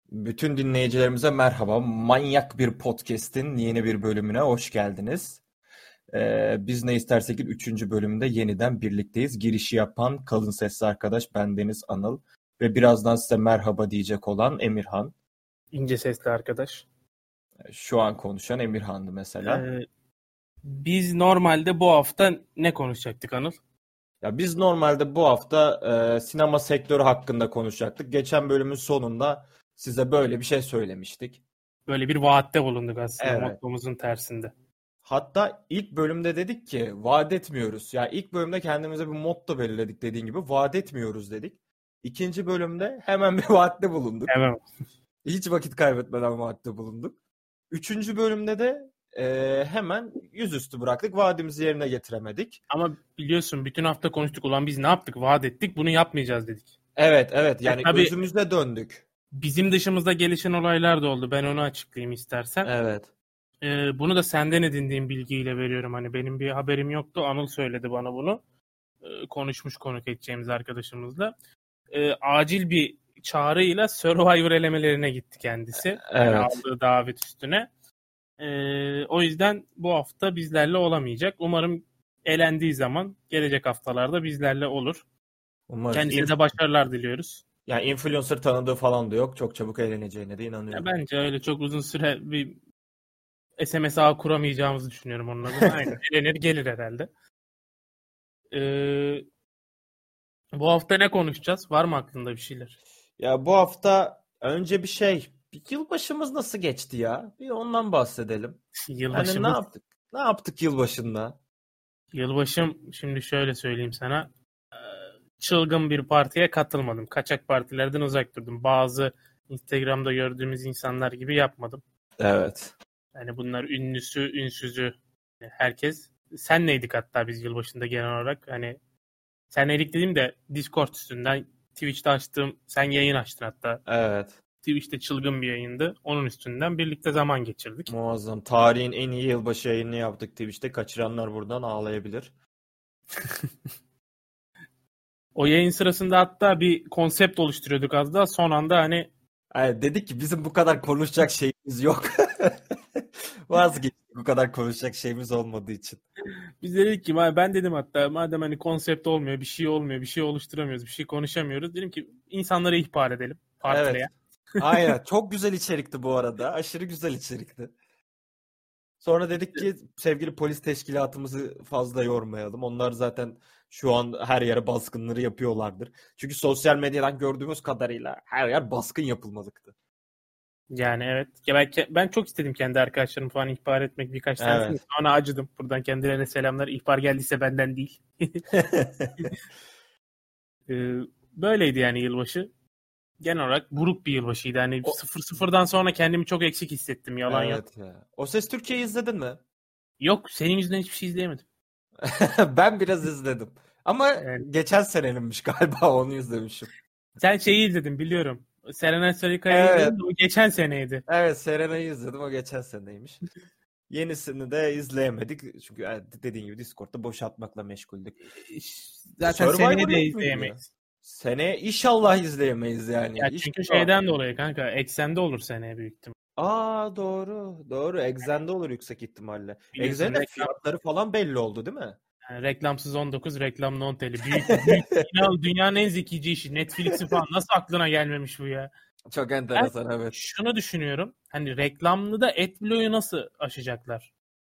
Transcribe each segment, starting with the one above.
Bütün dinleyicilerimize merhaba. Manyak bir podcast'in yeni bir bölümüne hoş geldiniz. Biz ne istersek 3. bölümde yeniden birlikteyiz. Girişi yapan kalın sesli arkadaş bendeniz Anıl ve birazdan size merhaba diyecek olan Emirhan. İnce sesli arkadaş. Şu an konuşan Emirhan'dı mesela. Biz normalde bu hafta ne konuşacaktık Anıl? Ya biz normalde bu hafta sinema sektörü hakkında konuşacaktık. Geçen bölümün sonunda size böyle bir şey söylemiştik. Böyle bir vaatte bulunduk aslında, Evet. mottomuzun tersinde. Hatta ilk bölümde dedik ki vaat etmiyoruz. Ya ilk bölümde kendimize bir motto belirledik dediğin gibi vaat etmiyoruz dedik. İkinci bölümde hemen bir vaatte bulunduk. Evet. Hiç vakit kaybetmeden vaatte bulunduk. Üçüncü bölümde de hemen yüzüstü bıraktık. Vaadimizi yerine getiremedik. Ama biliyorsun bütün hafta konuştuk. Ulan biz ne yaptık? Vaat ettik. Bunu yapmayacağız dedik. Evet. Yani tabii, özümüze döndük. bizim dışımızda gelişen olaylar da oldu. Ben onu açıklayayım istersen. Evet. Bunu da senden edindiğim bilgiyle veriyorum. Hani benim bir haberim yoktu. Anıl söyledi bana bunu. Konuk edeceğimiz arkadaşımızla. Acil bir çağrıyla Survivor elemelerine gitti kendisi. Yani Evet. aldığı davet üstüne. O yüzden bu hafta bizlerle olamayacak. Umarım elendiği zaman gelecek haftalarda bizlerle olur. Umarız. Kendisine de başarılar diliyoruz. Yani influencer tanıdığı falan da yok. Çok çabuk eğleneceğine de inanıyorum. Ya bence öyle çok uzun süre bir SMS ağı kuramayacağımızı düşünüyorum onun adına. Aynen. Elenir gelir herhalde. Bu hafta ne konuşacağız? Var mı aklında bir şeyler? Ya bu hafta önce bir yılbaşımız nasıl geçti ya? Bir ondan bahsedelim. Yani ne yaptık? Ne yaptık yılbaşında? Yılbaşım şimdi şöyle söyleyeyim sana. Çılgın bir partiye katılmadım. Kaçak partilerden uzak durdum. Bazı Instagram'da gördüğümüz insanlar gibi yapmadım. Evet. Yani bunlar ünlüsü, ünsüzü herkes. Sen neydik hatta biz yılbaşında genel olarak? Hani sen neydik dediğim de Discord üstünden Twitch'te açtım. Sen yayın açtın hatta. Evet. Twitch'te çılgın bir yayındı. Onun üstünden birlikte zaman geçirdik. Muazzam. Tarihin en iyi yılbaşı yayını yaptık Twitch'te. Kaçıranlar buradan ağlayabilir. O yayın sırasında hatta bir konsept oluşturuyorduk az daha. Son anda hani Yani dedik ki bizim bu kadar konuşacak şeyimiz yok. Vazgeçtik bu kadar konuşacak şeyimiz olmadığı için. biz dedik ki ben dedim hatta madem hani konsept olmuyor, bir şey olmuyor, bir şey oluşturamıyoruz, bir şey konuşamıyoruz. Dedim ki insanları ihbar edelim partileyen. Evet. Aynen. Çok güzel içerikti bu arada. Aşırı güzel içerikti. Sonra dedik ki sevgili polis teşkilatımızı fazla yormayalım. Onlar zaten şu an her yere baskınları yapıyorlardır. Çünkü sosyal medyadan gördüğümüz kadarıyla her yer baskın yapılmalıktı. Yani evet. Ya ben çok istedim kendi arkadaşlarımı falan ihbar etmek birkaç tanesini. Evet. Sonra acıdım. Buradan kendilerine selamlar. İhbar geldiyse benden değil. Böyleydi yani yılbaşı. Genel olarak buruk bir yılbaşıydı. Hani 0-0'dan sonra kendimi çok eksik hissettim. Yalan yok. Evet ya. O Ses Türkiye'yi izledin mi? Yok. Senin yüzünden hiçbir şey izleyemedim. Ben biraz izledim. Ama Yani, geçen seneninmiş galiba onu izlemişim. sen şeyi izledin biliyorum. Serenay Sarıkaya'yı Evet. izledin de o geçen seneydi. Evet, Serenay'ı izledim. O geçen seneymiş. Yenisini de izleyemedik. Çünkü dediğin gibi Discord'da boşaltmakla meşguldük. Zaten Survivor seneye de yok muydu izleyemeyiz. Seneye inşallah izleyemeyiz yani. Ya çünkü İnşallah. şeyden dolayı kanka. Eksende olur seneye büyük ihtimal. Doğru. Exxen'de olur yüksek ihtimalle. Biliyorsun Exxen'de fiyatları falan belli oldu değil mi? Yani reklamsız 19, reklamlı 10 TL. Büyük inan dünyanın en zekice işi. Netflix'in falan nasıl aklına gelmemiş bu ya? Çok enteresan, Ben evet. şunu düşünüyorum. Hani reklamlı da AdBlue nasıl aşacaklar?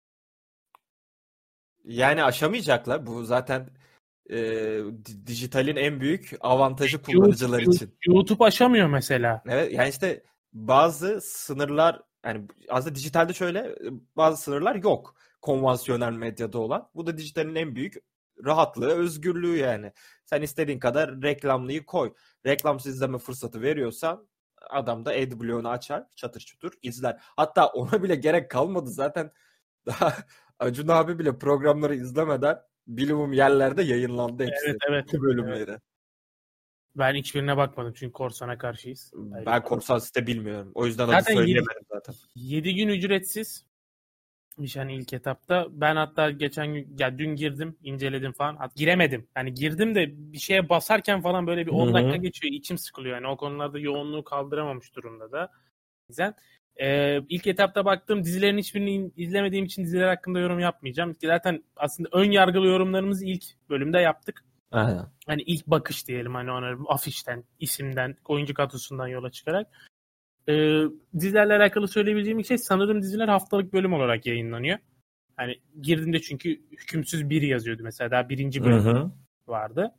Yani aşamayacaklar. Bu zaten dijitalin en büyük avantajı kullanıcılar için. YouTube aşamıyor mesela. Evet, yani işte bazı sınırlar, yani aslında dijitalde şöyle bazı sınırlar yok konvansiyonel medyada olan. Bu da dijitalin en büyük rahatlığı, özgürlüğü yani. Sen istediğin kadar reklamlıyı koy. Reklamsız izleme fırsatı veriyorsan adam da AdBlocker'ını açar, çatır çutur izler. Hatta ona bile gerek kalmadı zaten. Daha Acun abi bile programları izlemeden bilimum yerlerde yayınlandı hepsi. Evet. Bölümleri. Ben hiçbirine bakmadım çünkü korsana karşıyız. Ben korsan site bilmiyorum. O yüzden adı Zaten söyleyemedim zaten. 7 gün ücretsiz. hani ilk etapta. Ben hatta geçen gün ya dün girdim, inceledim falan. Hatta giremedim. Yani girdim de bir şeye basarken falan böyle bir 10 dakika geçiyor. İçim sıkılıyor. Yani o konularda yoğunluğu kaldıramamış durumda da. Güzel. İlk etapta baktığım dizilerin hiçbirini izlemediğim için diziler hakkında yorum yapmayacağım. Zaten aslında ön yargılı yorumlarımızı ilk bölümde yaptık. Aynen. Hani ilk bakış diyelim, hani ona afişten, isimden, oyuncu kadrosundan yola çıkarak. Dizilerle alakalı söyleyebileceğim bir şey, sanırım diziler haftalık bölüm olarak yayınlanıyor. Hani girdiğimde çünkü hükümsüz biri yazıyordu mesela, daha birinci bölüm vardı.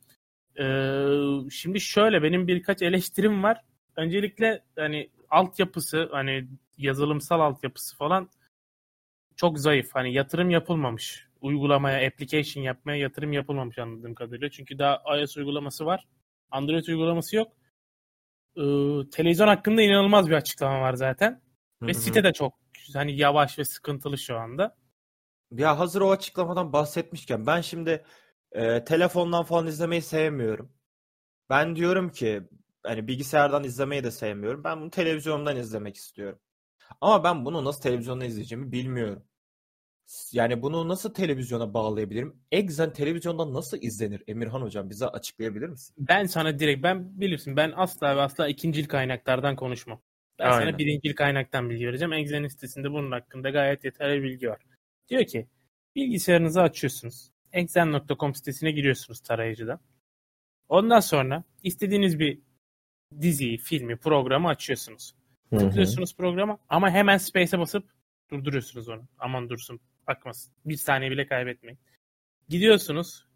Şimdi şöyle, benim birkaç eleştirim var. Öncelikle hani altyapısı, hani yazılımsal altyapısı falan çok zayıf. Hani yatırım yapılmamış. Uygulamaya, application yapmaya yatırım yapılmamış anladığım kadarıyla. Çünkü daha iOS uygulaması var. Android uygulaması yok. Televizyon hakkında inanılmaz bir açıklama var zaten. Ve site de çok hani yavaş ve sıkıntılı şu anda. Ya hazır o açıklamadan bahsetmişken ben şimdi telefondan falan izlemeyi sevmiyorum. Ben diyorum ki hani bilgisayardan izlemeyi de sevmiyorum. Ben bunu televizyondan izlemek istiyorum. Ama ben bunu nasıl televizyonda izleyeceğimi bilmiyorum. Yani bunu nasıl televizyona bağlayabilirim? Exen televizyonda nasıl izlenir? Emirhan hocam bize açıklayabilir misin? Ben sana direkt, ben bilirsin, ben asla ve asla ikincil kaynaklardan konuşmam. Ben sana Aynen. birincil kaynaktan bilgi vereceğim. Exen'in sitesinde bunun hakkında gayet yeterli bilgi var. Diyor ki bilgisayarınızı açıyorsunuz. Exen.com sitesine giriyorsunuz tarayıcıda. Ondan sonra istediğiniz bir diziyi, filmi, programı açıyorsunuz. Tıklıyorsunuz programa ama hemen space'e basıp durduruyorsunuz onu. Aman dursun, akmasın. Bir saniye bile kaybetmeyin. Gidiyorsunuz.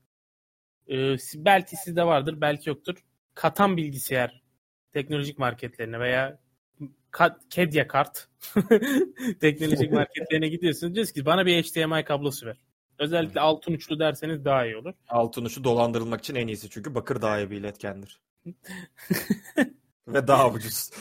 Belki sizde vardır, belki yoktur. Katan bilgisayar teknolojik marketlerine veya Kedya kart teknolojik marketlerine gidiyorsunuz. Diyorsunuz ki bana bir HDMI kablosu ver. Özellikle altın uçlu derseniz daha iyi olur. Altın uçu dolandırılmak için en iyisi çünkü bakır daha iyi bir iletkendir. Ve daha ucuz.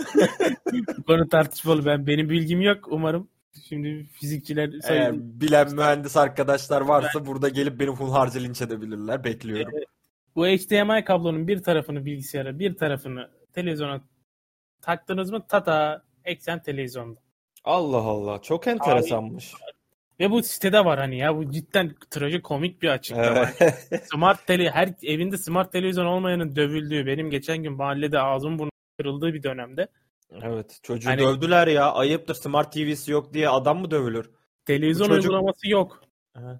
Bu konu tartışmalı. Benim bilgim yok. Umarım şimdi fizikçiler Eğer bilen mühendis arkadaşlar varsa burada gelip beni hunharca linç edebilirler. Bekliyorum. Bu HDMI kablonun bir tarafını bilgisayara, bir tarafını televizyona taktınız mı? Tata, eksen televizyonda. Allah Allah. Çok enteresanmış. Ve bu sitede var hani ya. Bu cidden trajikomik bir açıklama. Evet. Her evinde smart televizyon olmayanın dövüldüğü, benim geçen gün mahallede ağzım burnum kırıldığı bir dönemde. Evet. Çocuğu Hani dövdüler ya. Ayıptır. Smart TV'si yok diye adam mı dövülür? televizyon çocuk- uygulaması yok. Evet.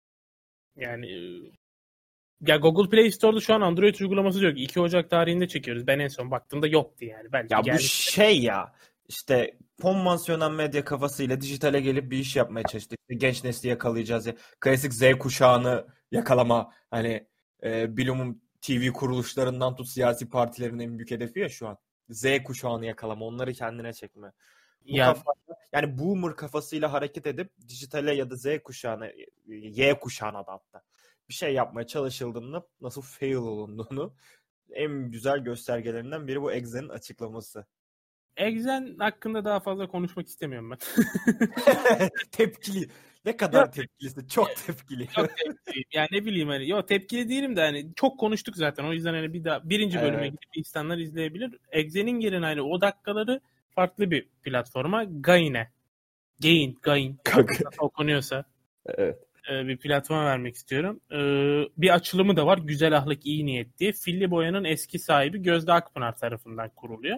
Yani ya Google Play Store'da şu an Android uygulaması yok. 2 Ocak tarihinde çekiyoruz. Ben en son baktığımda yoktu yani. Belki Ya bu gelmiş. şey ya. İşte konvansiyonel medya kafasıyla dijitale gelip bir iş yapmaya çalıştık. İşte genç nesli yakalayacağız ya. Klasik Z kuşağını yakalama. Hani bilumum TV kuruluşlarından tut siyasi partilerin en büyük hedefi ya şu an. Z kuşağını yakalama. Onları kendine çekme. Bu Ya yani boomer kafasıyla hareket edip dijitale ya da Z kuşağına, Y kuşağına da hatta bir şey yapmaya çalışıldığında nasıl fail olunduğunu en güzel göstergelerinden biri bu Exen'in açıklaması. Exen hakkında daha fazla konuşmak istemiyorum ben. Tepkili. Ne kadar tepkilisin? Çok tepkili. Çok tepkiliyim. Yani ne bileyim hani, tepkili değilim de hani çok konuştuk zaten. O yüzden hani bir daha birinci bölüme Evet. gidip insanlar izleyebilir. Exen'in yerine hani o dakikaları farklı bir platforma, Gain nasıl okunuyorsa Evet. bir platforma vermek istiyorum. Bir açılımı da var. Güzel Ahlak İyi Niyet diye. Filli Boya'nın eski sahibi Gözde Akpınar tarafından kuruluyor.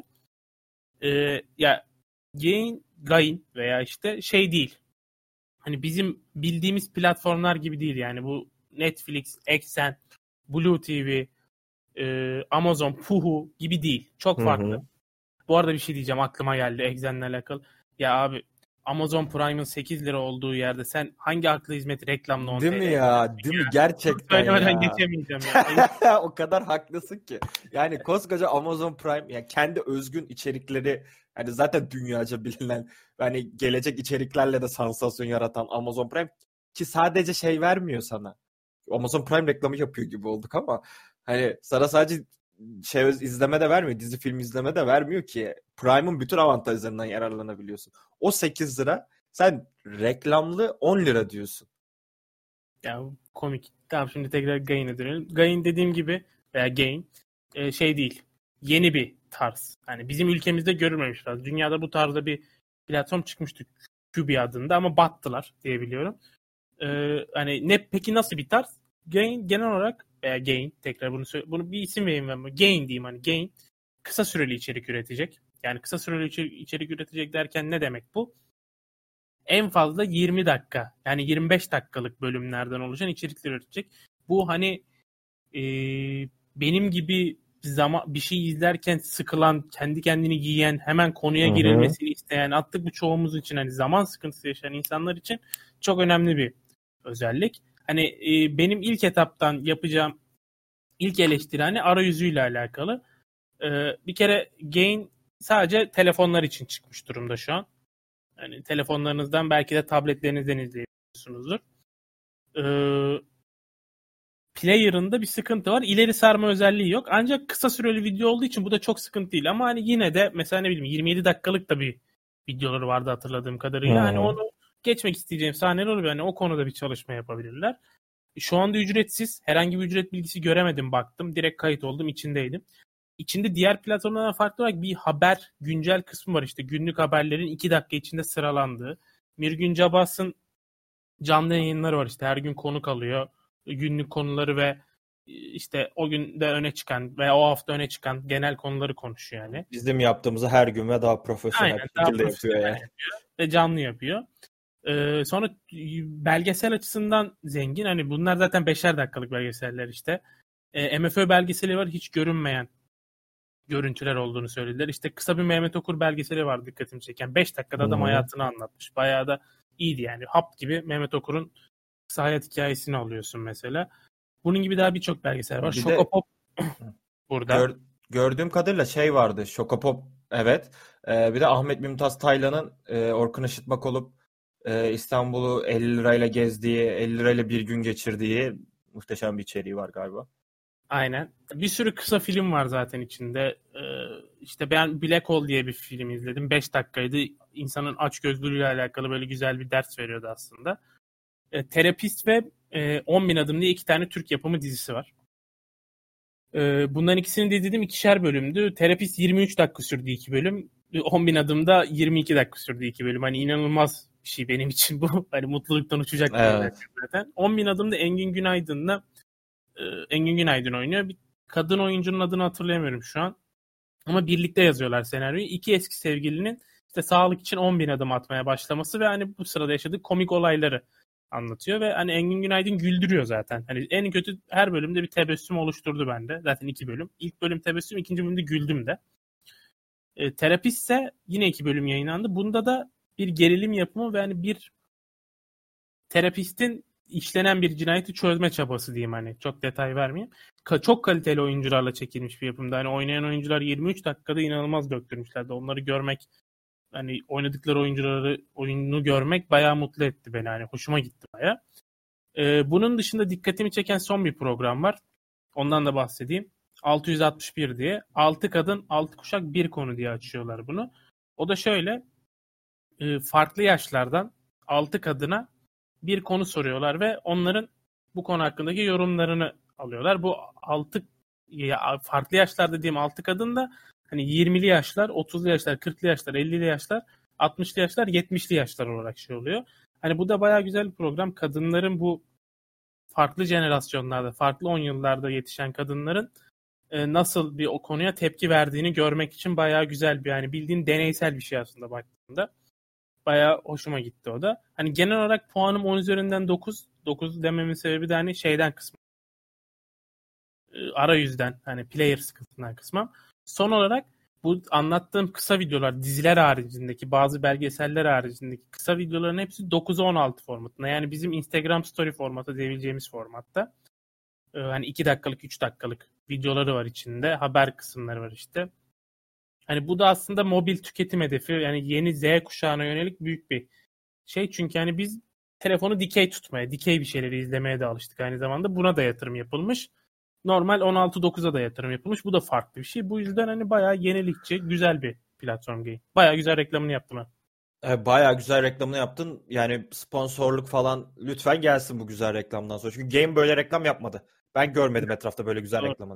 Ya Gain veya işte şey değil. Hani bizim bildiğimiz platformlar gibi değil yani. Bu Netflix, Exxen, Blue TV, Amazon, Puhu gibi değil. Çok farklı. Bu arada bir şey diyeceğim, aklıma geldi Exxen'le alakalı. Ya abi, Amazon Prime'ın 8 lira olduğu yerde sen hangi akıllı hizmet reklamla 10 Değil TL mi ya? Değil mi? Gerçekten söylemeden ya. geçemeyeceğim ya. O kadar haklısın ki. Yani koskoca Amazon Prime yani kendi özgün içerikleri yani zaten dünyaca bilinen hani gelecek içeriklerle de sansasyon yaratan Amazon Prime ki sadece şey vermiyor sana. Amazon Prime reklamı yapıyor gibi olduk ama hani sana sadece şey izleme de vermiyor. Dizi film izleme de vermiyor ki. Prime'ın bütün avantajlarından yararlanabiliyorsun. O 8 lira sen reklamlı 10 lira diyorsun. Ya komik. Tamam, şimdi tekrar Gain'e dönelim. Gain dediğim gibi veya Gain şey değil. Yeni bir tarz. Hani bizim ülkemizde görülmemiş tarz. Dünyada bu tarzda bir platform çıkmıştı. Quibi adında ama battılar diye biliyorum. Hani peki nasıl bir tarz? Gain genel olarak Gain tekrar bunu bir isim vereyim ben. Gain diyeyim, hani Gain kısa süreli içerik üretecek. Yani kısa süreli içerik üretecek derken ne demek bu? En fazla 20 dakika yani 25 dakikalık bölümlerden oluşan içerikler üretecek. Bu hani benim gibi bir şey izlerken sıkılan, kendi kendini yiyen, hemen konuya girilmesini isteyen, attık bu çoğumuz için hani zaman sıkıntısı yaşayan insanlar için çok önemli bir özellik. Hani benim ilk etaptan yapacağım ilk eleştiri hani arayüzüyle alakalı. Bir kere Gain sadece telefonlar için çıkmış durumda şu an. Yani telefonlarınızdan belki de tabletlerinizden izleyebiliyorsunuzdur. Player'ında bir sıkıntı var. İleri sarma özelliği yok. Ancak kısa süreli video olduğu için bu da çok sıkıntı değil. Ama hani yine de mesela ne bileyim 27 dakikalık da bir videoları vardı hatırladığım kadarıyla. Hani onu geçmek isteyeceğim sahneler oluyor. Hani o konuda bir çalışma yapabilirler. Şu anda ücretsiz. Herhangi bir ücret bilgisi göremedim, baktım. Direkt kayıt oldum, içindeydim. İçinde diğer platformlardan farklı olarak bir haber güncel kısmı var. İşte günlük haberlerin 2 dakika içinde sıralandığı. Mirgün Cabas'ın canlı yayınları var. İşte her gün konuk alıyor. Günlük konuları ve işte o günde öne çıkan veya o hafta öne çıkan genel konuları konuşuyor yani. Bizim yaptığımızı her gün ve daha profesyonel bir şekilde yapıyor yani. Ve canlı yapıyor. Sonra belgesel açısından zengin. Hani bunlar zaten 5'er dakikalık belgeseller işte. MFÖ belgeseli var. Hiç görünmeyen görüntüler olduğunu söylediler. İşte kısa bir Mehmet Okur belgeseli var dikkatimi çeken. 5 dakikada adam hayatını anlatmış. Bayağı da iyiydi yani. Hap gibi Mehmet Okur'un kısa hayat hikayesini alıyorsun mesela. Bunun gibi daha birçok belgesel var. Şokopop burada. Gördüğüm kadarıyla şey vardı. Şokopop evet. Bir de Ahmet Mümtaz Taylan'ın Orkun Işıtmak olup İstanbul'u 50 lirayla gezdiği, 50 lirayla bir gün geçirdiği muhteşem bir içeriği var galiba. Aynen. Bir sürü kısa film var zaten içinde. İşte ben Black Hole diye bir film izledim. 5 dakikaydı. İnsanın açgözlülüğüyle alakalı böyle güzel bir ders veriyordu aslında. Terapist ve 10.000 Adım diye 2 tane Türk yapımı dizisi var. Bunların ikisini de izledim. 2'şer bölümdü. Terapist 23 dakika sürdü 2 bölüm. 10.000 Adım'da 22 dakika sürdü 2 bölüm. Hani inanılmaz bir şey benim için bu. Hani mutluluktan uçacak evet. zaten. 10.000 Adım'da Engin Günaydın oynuyor. Bir kadın oyuncunun adını hatırlayamıyorum şu an. Ama birlikte yazıyorlar senaryoyu. 2 eski sevgilinin işte sağlık için 10.000 adım atmaya başlaması ve hani bu sırada yaşadığı komik olayları anlatıyor ve hani Engin Günaydın güldürüyor zaten. Hani en kötü her bölümde bir tebessüm oluşturdu bende. Zaten 2 bölüm. İlk bölüm tebessüm, ikinci bölümde güldüm de. Terapist ise yine 2 bölüm yayınlandı. Bunda da bir gerilim yapımı ve hani bir terapistin işlenen bir cinayeti çözme çabası diyeyim, hani çok detay vermeyeyim. Çok kaliteli oyuncularla çekilmiş bir yapımda. Hani oynayan oyuncular 23 dakikada inanılmaz döktürmüşlerdi. Onları görmek, hani oynadıkları oyununu görmek bayağı mutlu etti beni. Hani hoşuma gitti bayağı. Bunun dışında dikkatimi çeken son bir program var. Ondan da bahsedeyim. 661 diye. 6 kadın, 6 kuşak, bir konu diye açıyorlar bunu. O da şöyle. Farklı yaşlardan 6 kadına bir konu soruyorlar ve onların bu konu hakkındaki yorumlarını alıyorlar. Bu 6 farklı yaşlar dediğim 6 kadın da hani 20'li yaşlar, 30'lu yaşlar, 40'lı yaşlar, 50'li yaşlar, 60'lı yaşlar, 70'li yaşlar olarak şey oluyor. Hani bu da bayağı güzel bir program. Kadınların bu farklı jenerasyonlarda, farklı 10 yıllarda yetişen kadınların nasıl bir o konuya tepki verdiğini görmek için bayağı güzel bir, yani bildiğin deneysel bir şey aslında baktığında. Bayağı hoşuma gitti o da. Hani genel olarak puanım 10 üzerinden 9. 9 dememin sebebi de hani şeyden kısmı. Arayüzden, hani player sıkıntısından kısmam. Son olarak bu anlattığım kısa videolar, diziler haricindeki, bazı belgeseller haricindeki kısa videoların hepsi 9'a 16 formatında. Yani bizim Instagram story formatı diyebileceğimiz formatta. Hani 2 dakikalık, 3 dakikalık videoları var içinde. Haber kısımları var işte. Hani bu da aslında mobil tüketim hedefi, yani yeni Z kuşağına yönelik büyük bir şey. Çünkü hani biz telefonu dikey tutmaya, dikey bir şeyleri izlemeye de alıştık aynı zamanda. Buna da yatırım yapılmış. Normal 16.9'a da yatırım yapılmış. Bu da farklı bir şey. Bu yüzden hani bayağı yenilikçi, güzel bir platform game. Bayağı güzel reklamını yaptım ha. Bayağı güzel reklamını yaptın. Yani sponsorluk falan lütfen gelsin bu güzel reklamdan sonra. Çünkü game böyle reklam yapmadı. Ben görmedim etrafta böyle güzel Doğru. reklamını.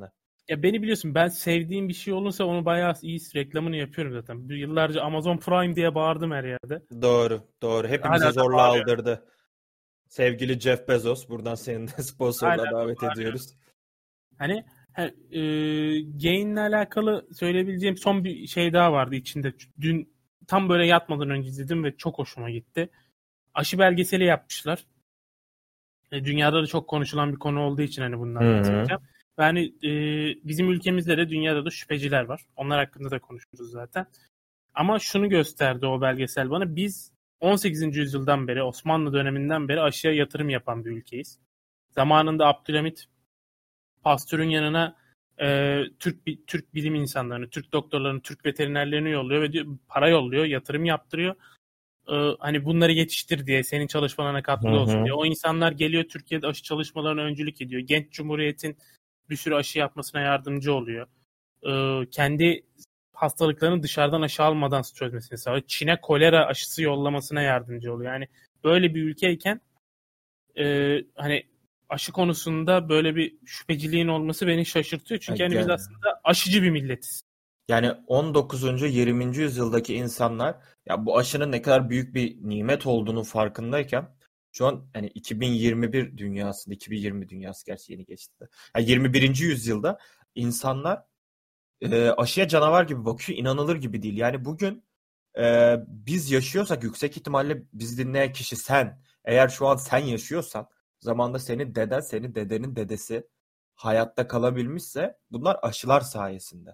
Ya beni biliyorsun, ben sevdiğim bir şey olursa onu bayağı iyi reklamını yapıyorum zaten. Yıllarca Amazon Prime diye bağırdım her yerde. Doğru. Hepimize Hala da zorla bağırıyorum. aldırdı. Sevgili Jeff Bezos, buradan senin de Hala sponsorluğa da davet bağırıyorum. ediyoruz. Hani Gain'le alakalı söyleyebileceğim son bir şey daha vardı içinde. Dün tam böyle yatmadan önce izledim ve çok hoşuma gitti. Aşı belgeseli yapmışlar. Dünyada da çok konuşulan bir konu olduğu için hani bundan bahsedeceğim. Yani bizim ülkemizde de dünyada da şüpheciler var. Onlar hakkında da konuşuruz zaten. Ama şunu gösterdi o belgesel bana. Biz 18. yüzyıldan beri, Osmanlı döneminden beri aşıya yatırım yapan bir ülkeyiz. Zamanında Abdülhamit Pasteur'ün yanına Türk bilim insanlarını, Türk doktorlarını, Türk veterinerlerini yolluyor ve para yolluyor, yatırım yaptırıyor. Hani bunları yetiştir diye, senin çalışmalarına katkıda olsun diye. O insanlar geliyor, Türkiye'de aşı çalışmalarına öncülük ediyor. Genç Cumhuriyet'in bir sürü aşı yapmasına yardımcı oluyor. Kendi hastalıklarını dışarıdan aşı almadan çözmesini sağlıyor. Çin'e kolera aşısı yollamasına yardımcı oluyor. Yani böyle bir ülkeyken hani aşı konusunda böyle bir şüpheciliğin olması beni şaşırtıyor. Çünkü hani biz aslında aşıcı bir milletiz. Yani 19. 20. yüzyıldaki insanlar ya bu aşının ne kadar büyük bir nimet olduğunu farkındayken şu an hani 2021 dünyasında, 2020 dünyası gerçi yeni geçti de. Yani 21. yüzyılda insanlar aşıya canavar gibi bakıyor, inanılır gibi değil. Yani bugün biz yaşıyorsak yüksek ihtimalle biz dinleyen kişi sen. Eğer şu an sen yaşıyorsan, zamanda senin deden, senin dedenin dedesi hayatta kalabilmişse bunlar aşılar sayesinde.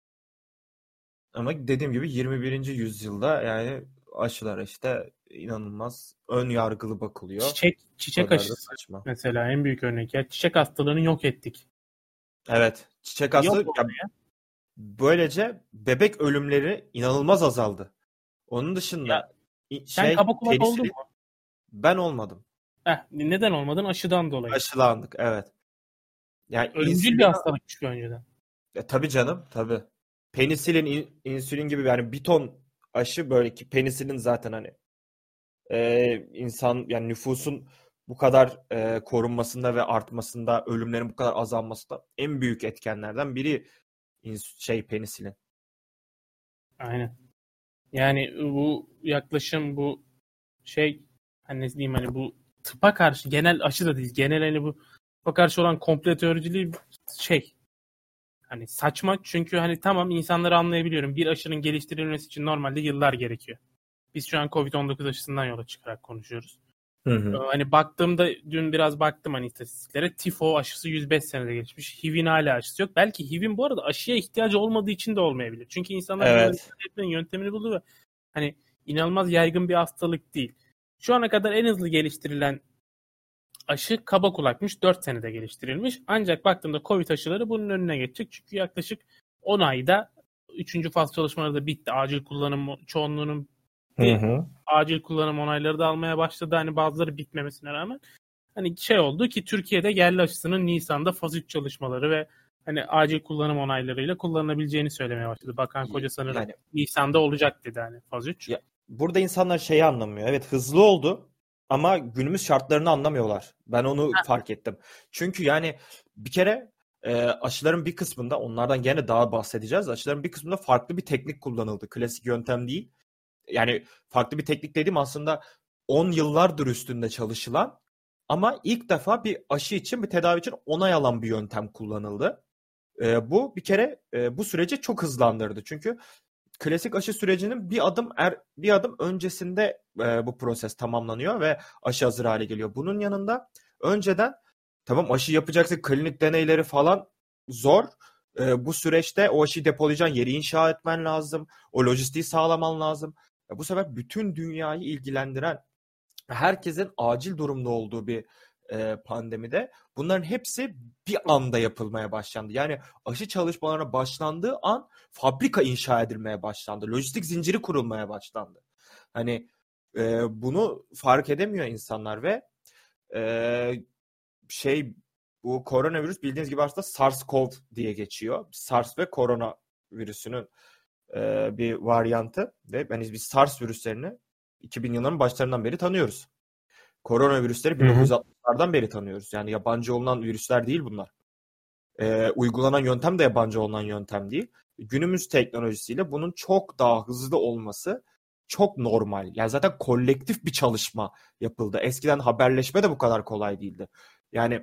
Ama dediğim gibi 21. yüzyılda yani aşılara işte inanılmaz ön yargılı bakılıyor. Bu Çiçek kadar da aşısı saçma. mesela en büyük örnek. Ya çiçek hastalığını yok ettik. Evet, çiçek Yok hastalığı ya, oldu. böylece bebek ölümleri inanılmaz azaldı. Onun Ya dışında sen kaba kulak oldun penisilin mu? ben olmadım. Neden olmadın? Aşıdan dolayı. Aşılandık, evet. Yani Ölümcül bir insülin hastalık çünkü önceden. tabii canım, tabii. Penisilin, insülin gibi yani bir ton aşı böyle ki penisilin zaten hani insan yani nüfusun bu kadar korunmasında ve artmasında, ölümlerin bu kadar azalmasında en büyük etkenlerden biri penisilin. Aynen. Yani bu yaklaşım, bu şey, hani ne diyeyim, hani bu tıpa karşı, genel aşı da değil, genel hani bu tıpa karşı olan komplo teoriciliği şey, hani saçma. Çünkü hani tamam, insanları anlayabiliyorum. Bir aşının geliştirilmesi için normalde yıllar gerekiyor. Biz şu an Covid-19 aşısından yola çıkarak konuşuyoruz. Hı hı. Hani baktığımda, dün biraz baktım hani istatistiklere. Tifo aşısı 105 senede geçmiş. HIV'in hala aşısı yok. Belki HIV'in bu arada aşıya ihtiyacı olmadığı için de olmayabilir. Çünkü insanlar bunları Evet. yöntemini buldu ve hani inanılmaz yaygın bir hastalık değil. Şu ana kadar en hızlı geliştirilen aşı kaba kulakmış. 4 senede geliştirilmiş. Ancak baktığımda Covid aşıları bunun önüne geçecek. Çünkü yaklaşık 10 ayda 3. faz çalışmaları da bitti. Acil kullanım çoğunluğunun Hı hı. acil kullanım onayları da almaya başladı. Hani bazıları bitmemesine rağmen. Hani şey oldu ki Türkiye'de yerli aşısının Nisan'da faz 3 çalışmaları ve hani acil kullanım onaylarıyla kullanılabileceğini söylemeye başladı. Bakan Koca sanırım Yani Nisan'da olacak dedi hani faz 3. ya, burada insanlar şeyi anlamıyor. Evet, hızlı oldu ama günümüz şartlarını anlamıyorlar. Ben onu fark ettim. Çünkü yani bir kere aşıların bir kısmında, onlardan gene daha bahsedeceğiz. Aşıların bir kısmında farklı bir teknik kullanıldı. Klasik yöntem değil. Yani farklı bir teknik dediğim aslında 10 yıllardır üstünde çalışılan ama ilk defa bir aşı için, bir tedavi için onay alan bir yöntem kullanıldı. Bu bir kere bu süreci çok hızlandırdı. Çünkü klasik aşı sürecinin bir adım öncesinde bu proses tamamlanıyor ve aşı hazır hale geliyor. Bunun yanında önceden tamam aşı yapacaksın, klinik deneyleri falan zor. Bu süreçte o aşıyı depolayacağın yeri inşa etmen lazım. O lojistiği sağlaman lazım. Bu sefer bütün dünyayı ilgilendiren, herkesin acil durumda olduğu bir pandemide bunların hepsi bir anda yapılmaya başlandı. Yani aşı çalışmalarına başlandığı an fabrika inşa edilmeye başlandı. Lojistik zinciri kurulmaya başlandı. Hani bunu fark edemiyor insanlar ve e, şey bu koronavirüs bildiğiniz gibi aslında SARS-CoV diye geçiyor. SARS ve korona virüsünün bir varyantı ve hani biz SARS virüslerini 2000 yılların başlarından beri tanıyoruz. Koronavirüsleri 1960'lardan beri tanıyoruz. Yani yabancı olunan virüsler değil bunlar. Uygulanan yöntem de yabancı olunan yöntem değil. Günümüz teknolojisiyle bunun çok daha hızlı olması çok normal. Yani zaten kolektif bir çalışma yapıldı. Eskiden haberleşme de bu kadar kolay değildi. Yani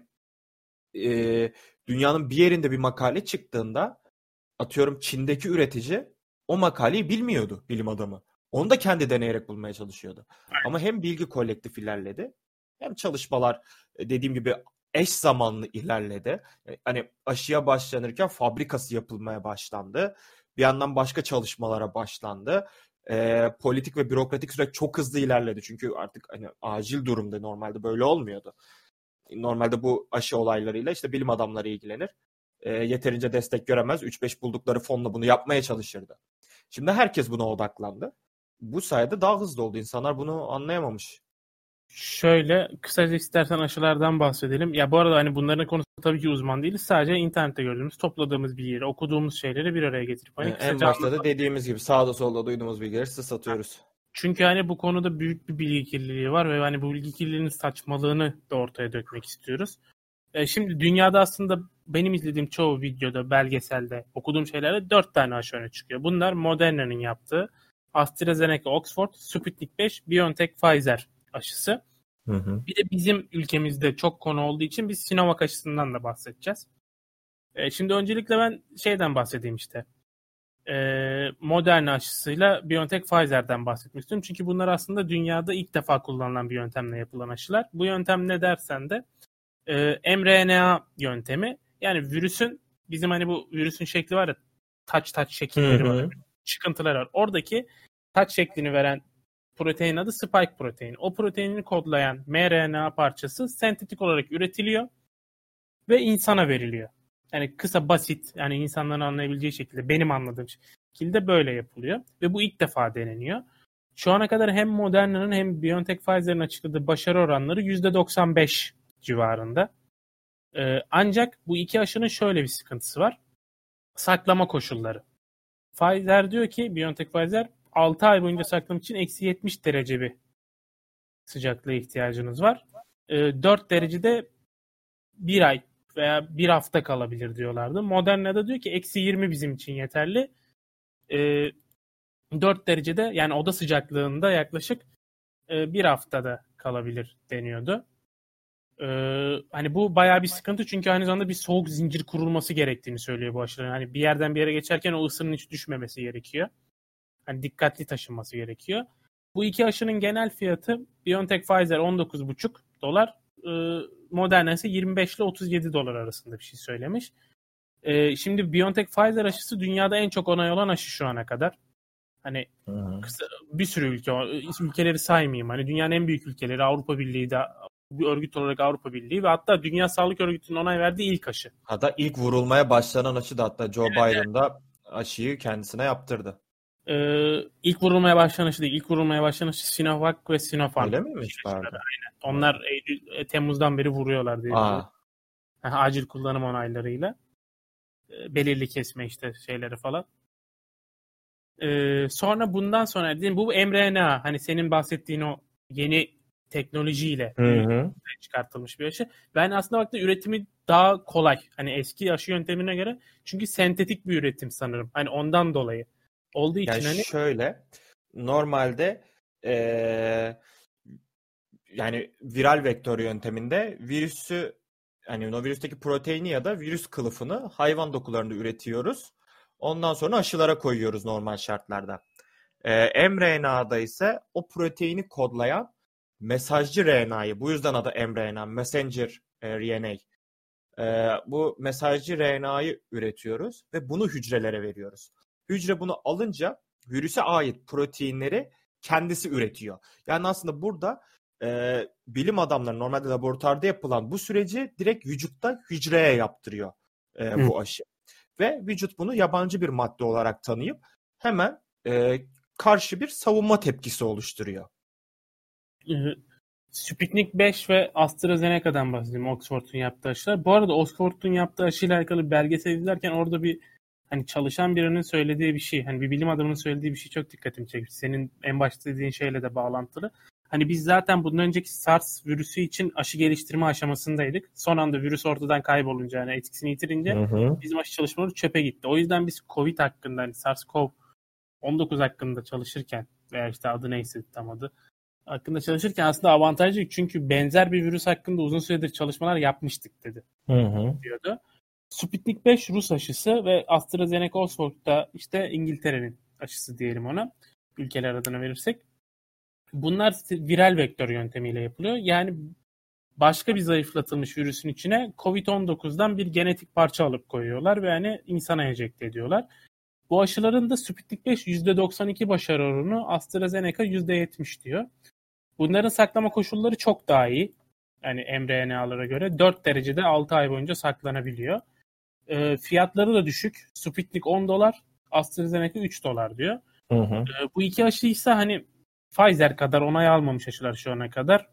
dünyanın bir yerinde bir makale çıktığında atıyorum Çin'deki üretici o makaleyi bilmiyordu, bilim adamı. Onu da kendi deneyerek bulmaya çalışıyordu. Ama hem bilgi kolektif ilerledi hem çalışmalar dediğim gibi eş zamanlı ilerledi. Hani aşıya başlanırken fabrikası yapılmaya başlandı. Bir yandan başka çalışmalara başlandı. Politik ve bürokratik süreç çok hızlı ilerledi. Çünkü artık hani acil durumda, normalde böyle olmuyordu. Normalde bu aşı olaylarıyla işte bilim adamları ilgilenir. Yeterince destek göremez. 3-5 buldukları fonla bunu yapmaya çalışırdı. Şimdi herkes buna odaklandı. Bu sayede daha hızlı oldu. İnsanlar bunu anlayamamış. Şöyle kısaca istersen aşılardan bahsedelim. Ya bu arada hani bunların konusunda tabii ki uzman değiliz. Sadece internette gördüğümüz, topladığımız bilgileri, okuduğumuz şeyleri bir araya getirip hani En başta da dediğimiz gibi sağda solda duyduğumuz bilgileri size satıyoruz. Çünkü hani bu konuda büyük bir bilgi kirliliği var ve hani bu bilgi kirliliğinin saçmalığını da ortaya dökmek istiyoruz. Şimdi dünyada aslında benim izlediğim çoğu videoda, belgeselde, okuduğum şeylerde 4 tane aşı öne çıkıyor. Bunlar Moderna'nın yaptığı AstraZeneca Oxford, Sputnik 5, BioNTech Pfizer aşısı. Hı. Bir de bizim ülkemizde çok konu olduğu için biz Sinovac aşısından da bahsedeceğiz. Şimdi öncelikle ben şeyden bahsedeyim işte. Moderna aşısıyla BioNTech Pfizer'den bahsetmek istiyorum. Çünkü bunlar aslında dünyada ilk defa kullanılan bir yöntemle yapılan aşılar. Bu yöntem ne dersen de mRNA yöntemi. Yani virüsün, bizim hani bu virüsün şekli var ya, taç şekilleri var. Çıkıntılar var. Oradaki taç şeklini veren protein adı spike protein. O proteinini kodlayan mRNA parçası sentetik olarak üretiliyor ve insana veriliyor. Yani kısa, basit, yani insanların anlayabileceği şekilde, benim anladığım şekilde böyle yapılıyor. Ve bu ilk defa deneniyor. Şu ana kadar hem Moderna'nın hem BioNTech Pfizer'ın açıkladığı başarı oranları %95 civarında. Ancak bu iki aşının şöyle bir sıkıntısı var. Saklama koşulları. Pfizer diyor ki, BioNTech Pfizer 6 ay boyunca saklamak için -70 derece bir sıcaklığa ihtiyacınız var. 4 derecede 1 ay veya 1 hafta kalabilir diyorlardı. Moderna'da diyor ki -20 bizim için yeterli. 4 derecede, yani oda sıcaklığında yaklaşık 1 haftada kalabilir deniyordu. Hani bu bayağı bir sıkıntı, çünkü aynı zamanda bir soğuk zincir kurulması gerektiğini söylüyor bu aşıların. Hani bir yerden bir yere geçerken o ısının hiç düşmemesi gerekiyor. Hani dikkatli taşınması gerekiyor. Bu iki aşının genel fiyatı BioNTech Pfizer $19,5, Moderna ise 25 ile 37 dolar arasında bir şey söylemiş. Şimdi BioNTech Pfizer aşısı dünyada en çok onay olan aşı şu ana kadar. Hani bir sürü ülkeleri saymayayım. Hani dünyanın en büyük ülkeleri, Avrupa Birliği de bir örgüt olarak Avrupa Birliği ve hatta Dünya Sağlık Örgütü'nün onay verdiği ilk aşı. Hatta ilk vurulmaya başlanan aşı da, hatta Joe Biden da aşıyı kendisine yaptırdı. İlk vurulmaya başlanan aşı değil. İlk vurulmaya başlanan aşı Sinovac ve Sinopharm. Öyle miymiş? Aynen. Onlar Temmuz'dan beri vuruyorlar diye. Acil kullanım onaylarıyla. Belirli kesme işte şeyleri falan. Sonra bundan sonra dediğim bu mRNA, hani senin bahsettiğin o yeni teknolojiyle çıkartılmış bir aşı. Ben aslında baktım üretimi daha kolay. Hani eski aşı yöntemine göre. Çünkü sentetik bir üretim sanırım. Hani ondan dolayı. Olduğu için yani hani şöyle, normalde yani viral vektör yönteminde virüsü, hani o virüsteki proteini ya da virüs kılıfını hayvan dokularında üretiyoruz. Ondan sonra aşılara koyuyoruz normal şartlarda. mRNA'da ise o proteini kodlayan mesajcı RNA'yı, bu yüzden adı mRNA, messenger RNA. Bu mesajcı RNA'yı üretiyoruz ve bunu hücrelere veriyoruz. Hücre bunu alınca virüse ait proteinleri kendisi üretiyor. Yani aslında burada bilim adamları normalde laboratuvarda yapılan bu süreci direkt vücutta hücreye yaptırıyor bu aşı. Ve vücut bunu yabancı bir madde olarak tanıyıp hemen karşı bir savunma tepkisi oluşturuyor. Sputnik 5 ve AstraZeneca'dan bahsedeyim, Oxford'un yaptığı aşılar. Bu arada Oxford'un yaptığı aşıyla alakalı bir belgesel izlerken orada bir hani çalışan birinin söylediği bir şey, hani bir bilim adamının söylediği bir şey çok dikkatimi çekti. Senin en başta dediğin şeyle de bağlantılı. Hani biz zaten bundan önceki SARS virüsü için aşı geliştirme aşamasındaydık. Son anda virüs ortadan kaybolunca, yani etkisini yitirince bizim aşı çalışmaları çöpe gitti. O yüzden biz COVID hakkında, hani SARS-CoV-19 hakkında çalışırken veya işte adı neyse tam adı hakkında çalışırken aslında avantajlıydık. Çünkü benzer bir virüs hakkında uzun süredir çalışmalar yapmıştık dedi. Diyordu. Sputnik 5 Rus aşısı ve AstraZeneca Oxford'da işte İngiltere'nin aşısı diyelim ona. Ülkeler adına verirsek. Bunlar viral vektör yöntemiyle yapılıyor. Yani başka bir zayıflatılmış virüsün içine COVID-19'dan bir genetik parça alıp koyuyorlar ve yani insana enjekte ediyorlar. Bu aşıların da Sputnik 5 %92 başarı oranı, AstraZeneca %70 diyor. Bunların saklama koşulları çok daha iyi. Yani mRNA'lara göre 4 derecede 6 ay boyunca saklanabiliyor. Fiyatları da düşük. Sputnik $10, AstraZeneca $3 diyor. Bu iki aşı ise hani Pfizer kadar onay almamış aşılar şu ana kadar.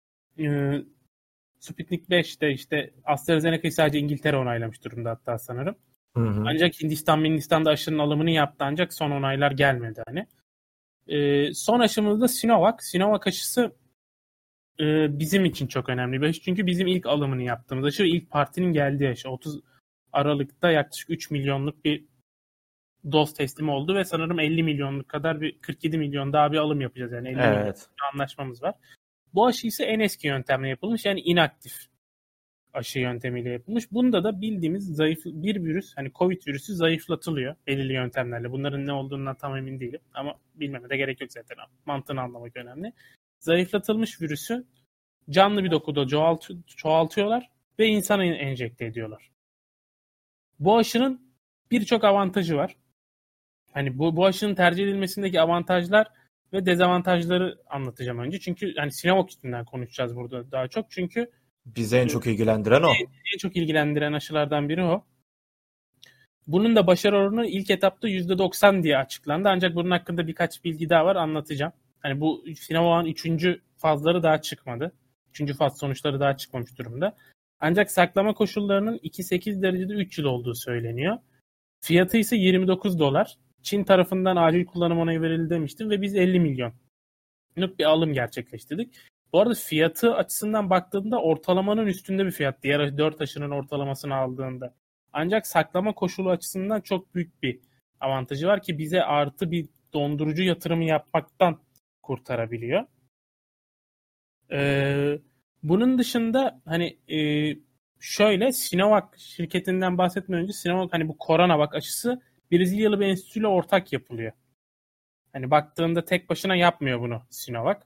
Sputnik 5'te işte AstraZeneca'yı sadece İngiltere onaylamış durumda hatta sanırım. Ancak Hindistan'da aşının alımını yaptı, ancak son onaylar gelmedi hani. Son aşımız da Sinovac. Sinovac aşısı bizim için çok önemli bir aşı. Çünkü bizim ilk alımını yaptığımız aşı ve ilk partinin geldiği aşı. 30 Aralık'ta yaklaşık 3 milyonluk bir doz teslimi oldu ve sanırım 50 milyonluk kadar 47 milyon daha bir alım yapacağız. Yani 50 milyon anlaşmamız var. Bu aşı ise en eski yöntemle yapılmış, yani inaktif aşı yöntemiyle yapılmış. Bunda da bildiğimiz bir virüs, hani Covid virüsü zayıflatılıyor belirli yöntemlerle. Bunların ne olduğundan tam emin değilim ama bilmeme de gerek yok zaten. Mantığını anlamak önemli. Zayıflatılmış virüsü canlı bir dokuda çoğaltıyorlar ve insana enjekte ediyorlar. Bu aşının birçok avantajı var. Hani bu aşının tercih edilmesindeki avantajlar ve dezavantajları anlatacağım önce. Çünkü hani Sinovac üstünden konuşacağız burada daha çok. Çünkü bizi en çok ilgilendiren o. En çok ilgilendiren aşılardan biri o. Bunun da başarı oranı ilk etapta %90 diye açıklandı. Ancak bunun hakkında birkaç bilgi daha var, anlatacağım. Hani bu Sinovac'ın 3. fazları daha çıkmadı. 3. faz sonuçları daha çıkmamış durumda. Ancak saklama koşullarının 2-8 derecede 3 yıl olduğu söyleniyor. Fiyatı ise $29. Çin tarafından acil kullanım onayı verildi demiştim ve biz 50 milyonluk bir alım gerçekleştirdik. Bu arada fiyatı açısından baktığında ortalamanın üstünde bir fiyat. Diğer 4 aşının ortalamasını aldığında. Ancak saklama koşulu açısından çok büyük bir avantajı var ki bize artı bir dondurucu yatırımı yapmaktan kurtarabiliyor. Bunun dışında hani şöyle, Sinovac şirketinden bahsetmeden önce Sinovac, hani bu Coronavac aşısı Brezilyalı bir enstitüyle ortak yapılıyor. Hani baktığında tek başına yapmıyor bunu Sinovac.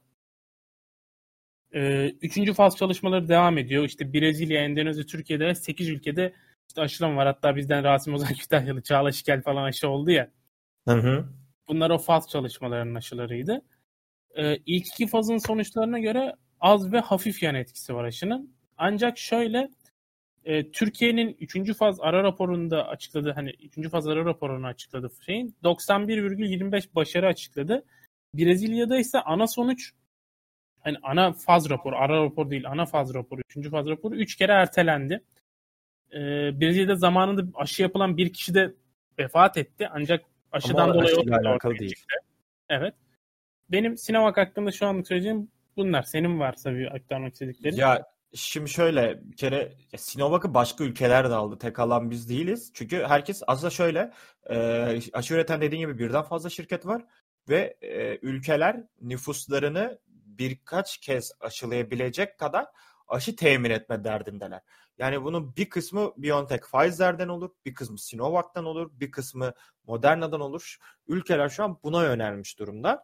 3. faz çalışmaları devam ediyor. İşte Brezilya, Endonezya, Türkiye'de 8 ülkede işte aşılama var. Hatta bizden Rasim Ozan Kütahyalı, Çağla Şikel falan aşı oldu ya. Bunlar o faz çalışmalarının aşılarıydı. İlk 2 fazın sonuçlarına göre az ve hafif yan etkisi var aşının. Ancak şöyle, Türkiye'nin 3. faz ara raporunda açıkladığı, hani 3. faz ara raporunu açıkladı şeyin 91,25 başarı açıkladı. Brezilya'da ise ana sonuç, hani ana faz raporu, ara rapor değil, ana faz raporu, 3. faz raporu 3 kere ertelendi. Brezilya'da zamanında aşı yapılan bir kişi de vefat etti. Ancak aşıdan ama dolayı aşıyla alakalı değil. Evet. Benim Sinovac hakkında şu anlık söyleyeceğim bunlar. Senin varsa bir aktarmak istediklerin. Ya şimdi şöyle, bir kere Sinovac'ı başka ülkeler de aldı. Tek alan biz değiliz. Çünkü herkes aslında şöyle, aşı üreten dediğin gibi birden fazla şirket var ve ülkeler nüfuslarını birkaç kez aşılayabilecek kadar aşı temin etme derdindeler. Yani bunun bir kısmı BioNTech, Pfizer'den olur, bir kısmı Sinovac'tan olur, bir kısmı Moderna'dan olur. Ülkeler şu an buna yönelmiş durumda.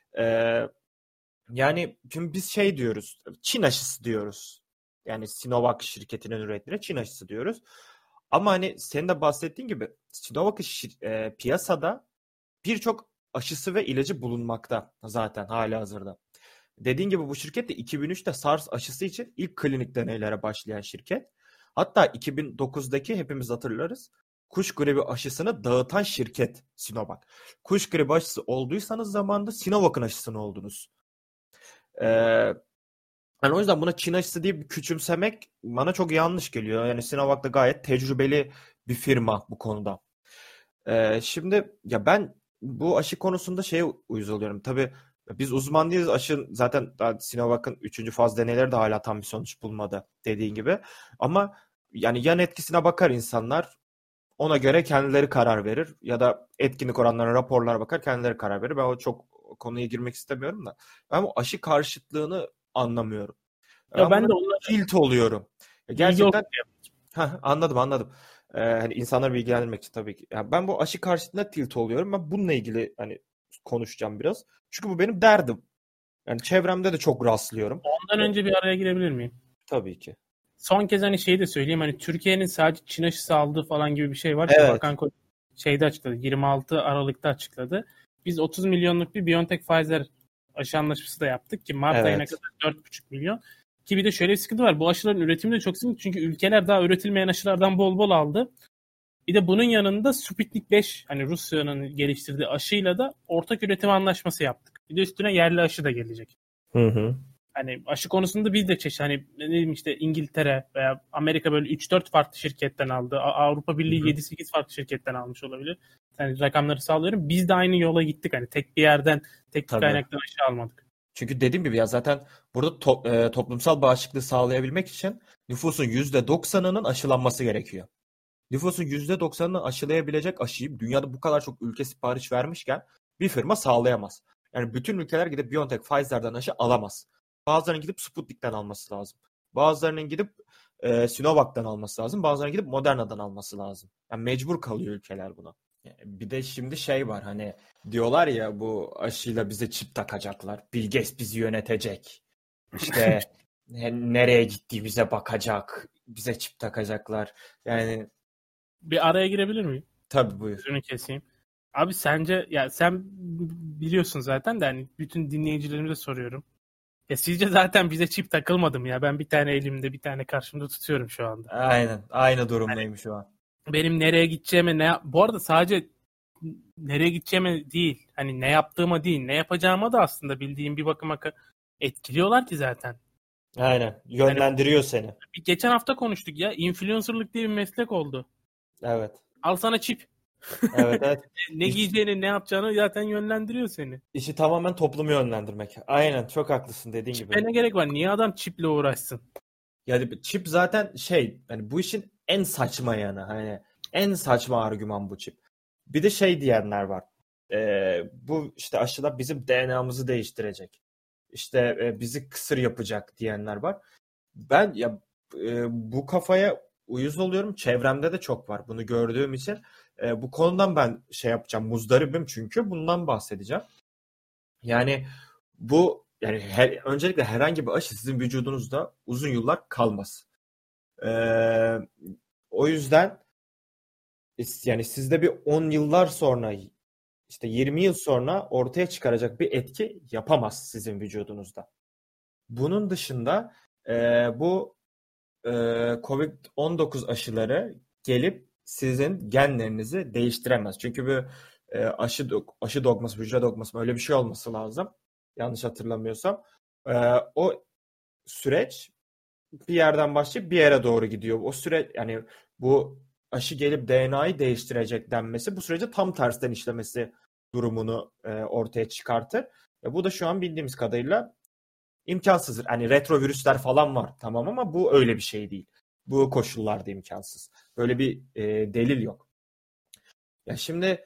Yani şimdi biz şey diyoruz, Çin aşısı diyoruz. Yani Sinovac şirketinin ürettiğine Çin aşısı diyoruz. Ama hani senin de bahsettiğin gibi Sinovac piyasada birçok aşısı ve ilacı bulunmakta zaten halihazırda. Dediğin gibi bu şirket de 2003'te SARS aşısı için ilk klinik deneylere başlayan şirket. Hatta 2009'daki hepimiz hatırlarız, kuş gribi aşısını dağıtan şirket Sinovac. Kuş gribi aşısı olduysanız zamanında Sinovac'ın aşısını oldunuz. Yani o yüzden buna Çin aşısı diye küçümsemek bana çok yanlış geliyor. Yani Sinovac da gayet tecrübeli bir firma bu konuda. Şimdi ya ben bu aşı konusunda şeye uyuz oluyorum. Tabii Biz uzman değiliz. Zaten daha Sinovac'ın 3. faz deneyleri de hala tam bir sonuç bulmadı dediğin gibi. Ama yani yan etkisine bakar insanlar. Ona göre kendileri karar verir. Ya da etkinlik oranlarına, raporlara bakar, kendileri karar verir. Ben o çok konuya girmek istemiyorum da. Ben bu aşı karşıtlığını anlamıyorum. Ya Ben ben buna de onunla tilt oluyorum. bilgi Gerçekten anladım. Hani insanları bilgilendirmek için tabii ki. Yani ben bu aşı karşıtlığına tilt oluyorum. Ben bununla ilgili hani konuşacağım biraz. Çünkü bu benim derdim. Yani çevremde de çok rastlıyorum. ondan önce bir araya girebilir miyim? Tabii ki. Son kez hani şeyi de söyleyeyim, hani Türkiye'nin sadece Çin aşısı aldığı falan gibi bir şey var ki Evet. Bakan Koç şeyde açıkladı, 26 Aralık'ta açıkladı. Biz 30 milyonluk bir BioNTech Pfizer aşı anlaşması da yaptık ki Mart ayına kadar 4,5 milyon. Ki bir de şöyle bir sıkıntı var. Bu aşıların üretimi de çok sıkıntı. Çünkü ülkeler daha üretilmeyen aşılardan bol bol aldı. Bir de bunun yanında Sputnik 5, hani Rusya'nın geliştirdiği aşıyla da ortak üretim anlaşması yaptık. Bir de üstüne yerli aşı da gelecek. Hı. Hani aşı konusunda biz de çeşit, hani ne diyeyim işte İngiltere veya Amerika böyle 3-4 farklı şirketten aldı. Avrupa Birliği 7-8 farklı şirketten almış olabilir. Yani rakamları sağlıyorum. Biz de aynı yola gittik. Hani tek bir yerden, tek bir kaynaktan aşı almadık. Çünkü dediğim gibi ya zaten burada toplumsal bağışıklığı sağlayabilmek için nüfusun %90'ının aşılanması gerekiyor. Nüfusun %90'ını aşılayabilecek aşıyı dünyada bu kadar çok ülke sipariş vermişken bir firma sağlayamaz. Yani bütün ülkeler gidip BioNTech, Pfizer'dan aşı alamaz. Bazılarının gidip Sputnik'ten alması lazım. Bazılarının gidip Sinovac'tan alması lazım. Bazılarının gidip Moderna'dan alması lazım. Yani mecbur kalıyor ülkeler buna. Bir de şimdi şey var, hani diyorlar ya bu aşıyla bize çip takacaklar. Bill Gates bizi yönetecek. İşte nereye gittiğimize bakacak. Bize çip takacaklar. Yani Bir araya girebilir miyim? tabii, buyur. Sözünü keseyim. Abi sence, ya sen biliyorsun zaten de hani bütün dinleyicilerimize soruyorum. Ya sizce zaten bize çip takılmadı mı ya? Ben bir tane elimde, bir tane karşımda tutuyorum şu anda. Aynen. Aynı Hani durumdayım şu an. benim nereye gideceğime bu arada sadece nereye gideceğime değil, hani ne yaptığıma değil, ne yapacağıma da aslında bildiğim bir bakıma etkiliyorlar ki zaten. Aynen. Hani Yönlendiriyor seni. geçen hafta konuştuk ya, influencerlık diye bir meslek oldu. Evet. Al sana çip. Evet. Ne giyeceğini, ne yapacağını zaten yönlendiriyor seni. İşi tamamen toplumu yönlendirmek. Aynen. Çok haklısın dediğin gibi. Çipe ne gerek var? Niye adam çiple uğraşsın? Yani çip zaten hani bu işin en saçma yanı. Hani en saçma argüman bu çip. Bir de şey diyenler var. Bu işte aşılar bizim DNA'mızı değiştirecek. İşte bizi kısır yapacak diyenler var. Ben bu kafaya uyuz oluyorum. Çevremde de çok var. Bunu gördüğüm için bu konudan ben şey yapacağım. Muzdaribim çünkü bundan bahsedeceğim. Yani bu yani öncelikle herhangi bir aşı sizin vücudunuzda uzun yıllar kalmaz. O yüzden yani sizde bir 10 yıllar sonra, işte 20 yıl sonra ortaya çıkaracak bir etki yapamaz sizin vücudunuzda. Bunun dışında bu COVID-19 aşıları gelip sizin genlerinizi değiştiremez. Çünkü bir aşı dogması, hücre dogması öyle bir şey olması lazım. Yanlış hatırlamıyorsam. O süreç bir yerden başlayıp bir yere doğru gidiyor. O süreç, yani bu aşı gelip DNA'yı değiştirecek denmesi bu sürece tam tersten işlemesi durumunu ortaya çıkartır. Bu da şu an bildiğimiz kadarıyla imkansızdır. Hani retrovirüsler falan var tamam, ama bu öyle bir şey değil. Bu koşullarda imkansız. Böyle bir delil yok. Ya şimdi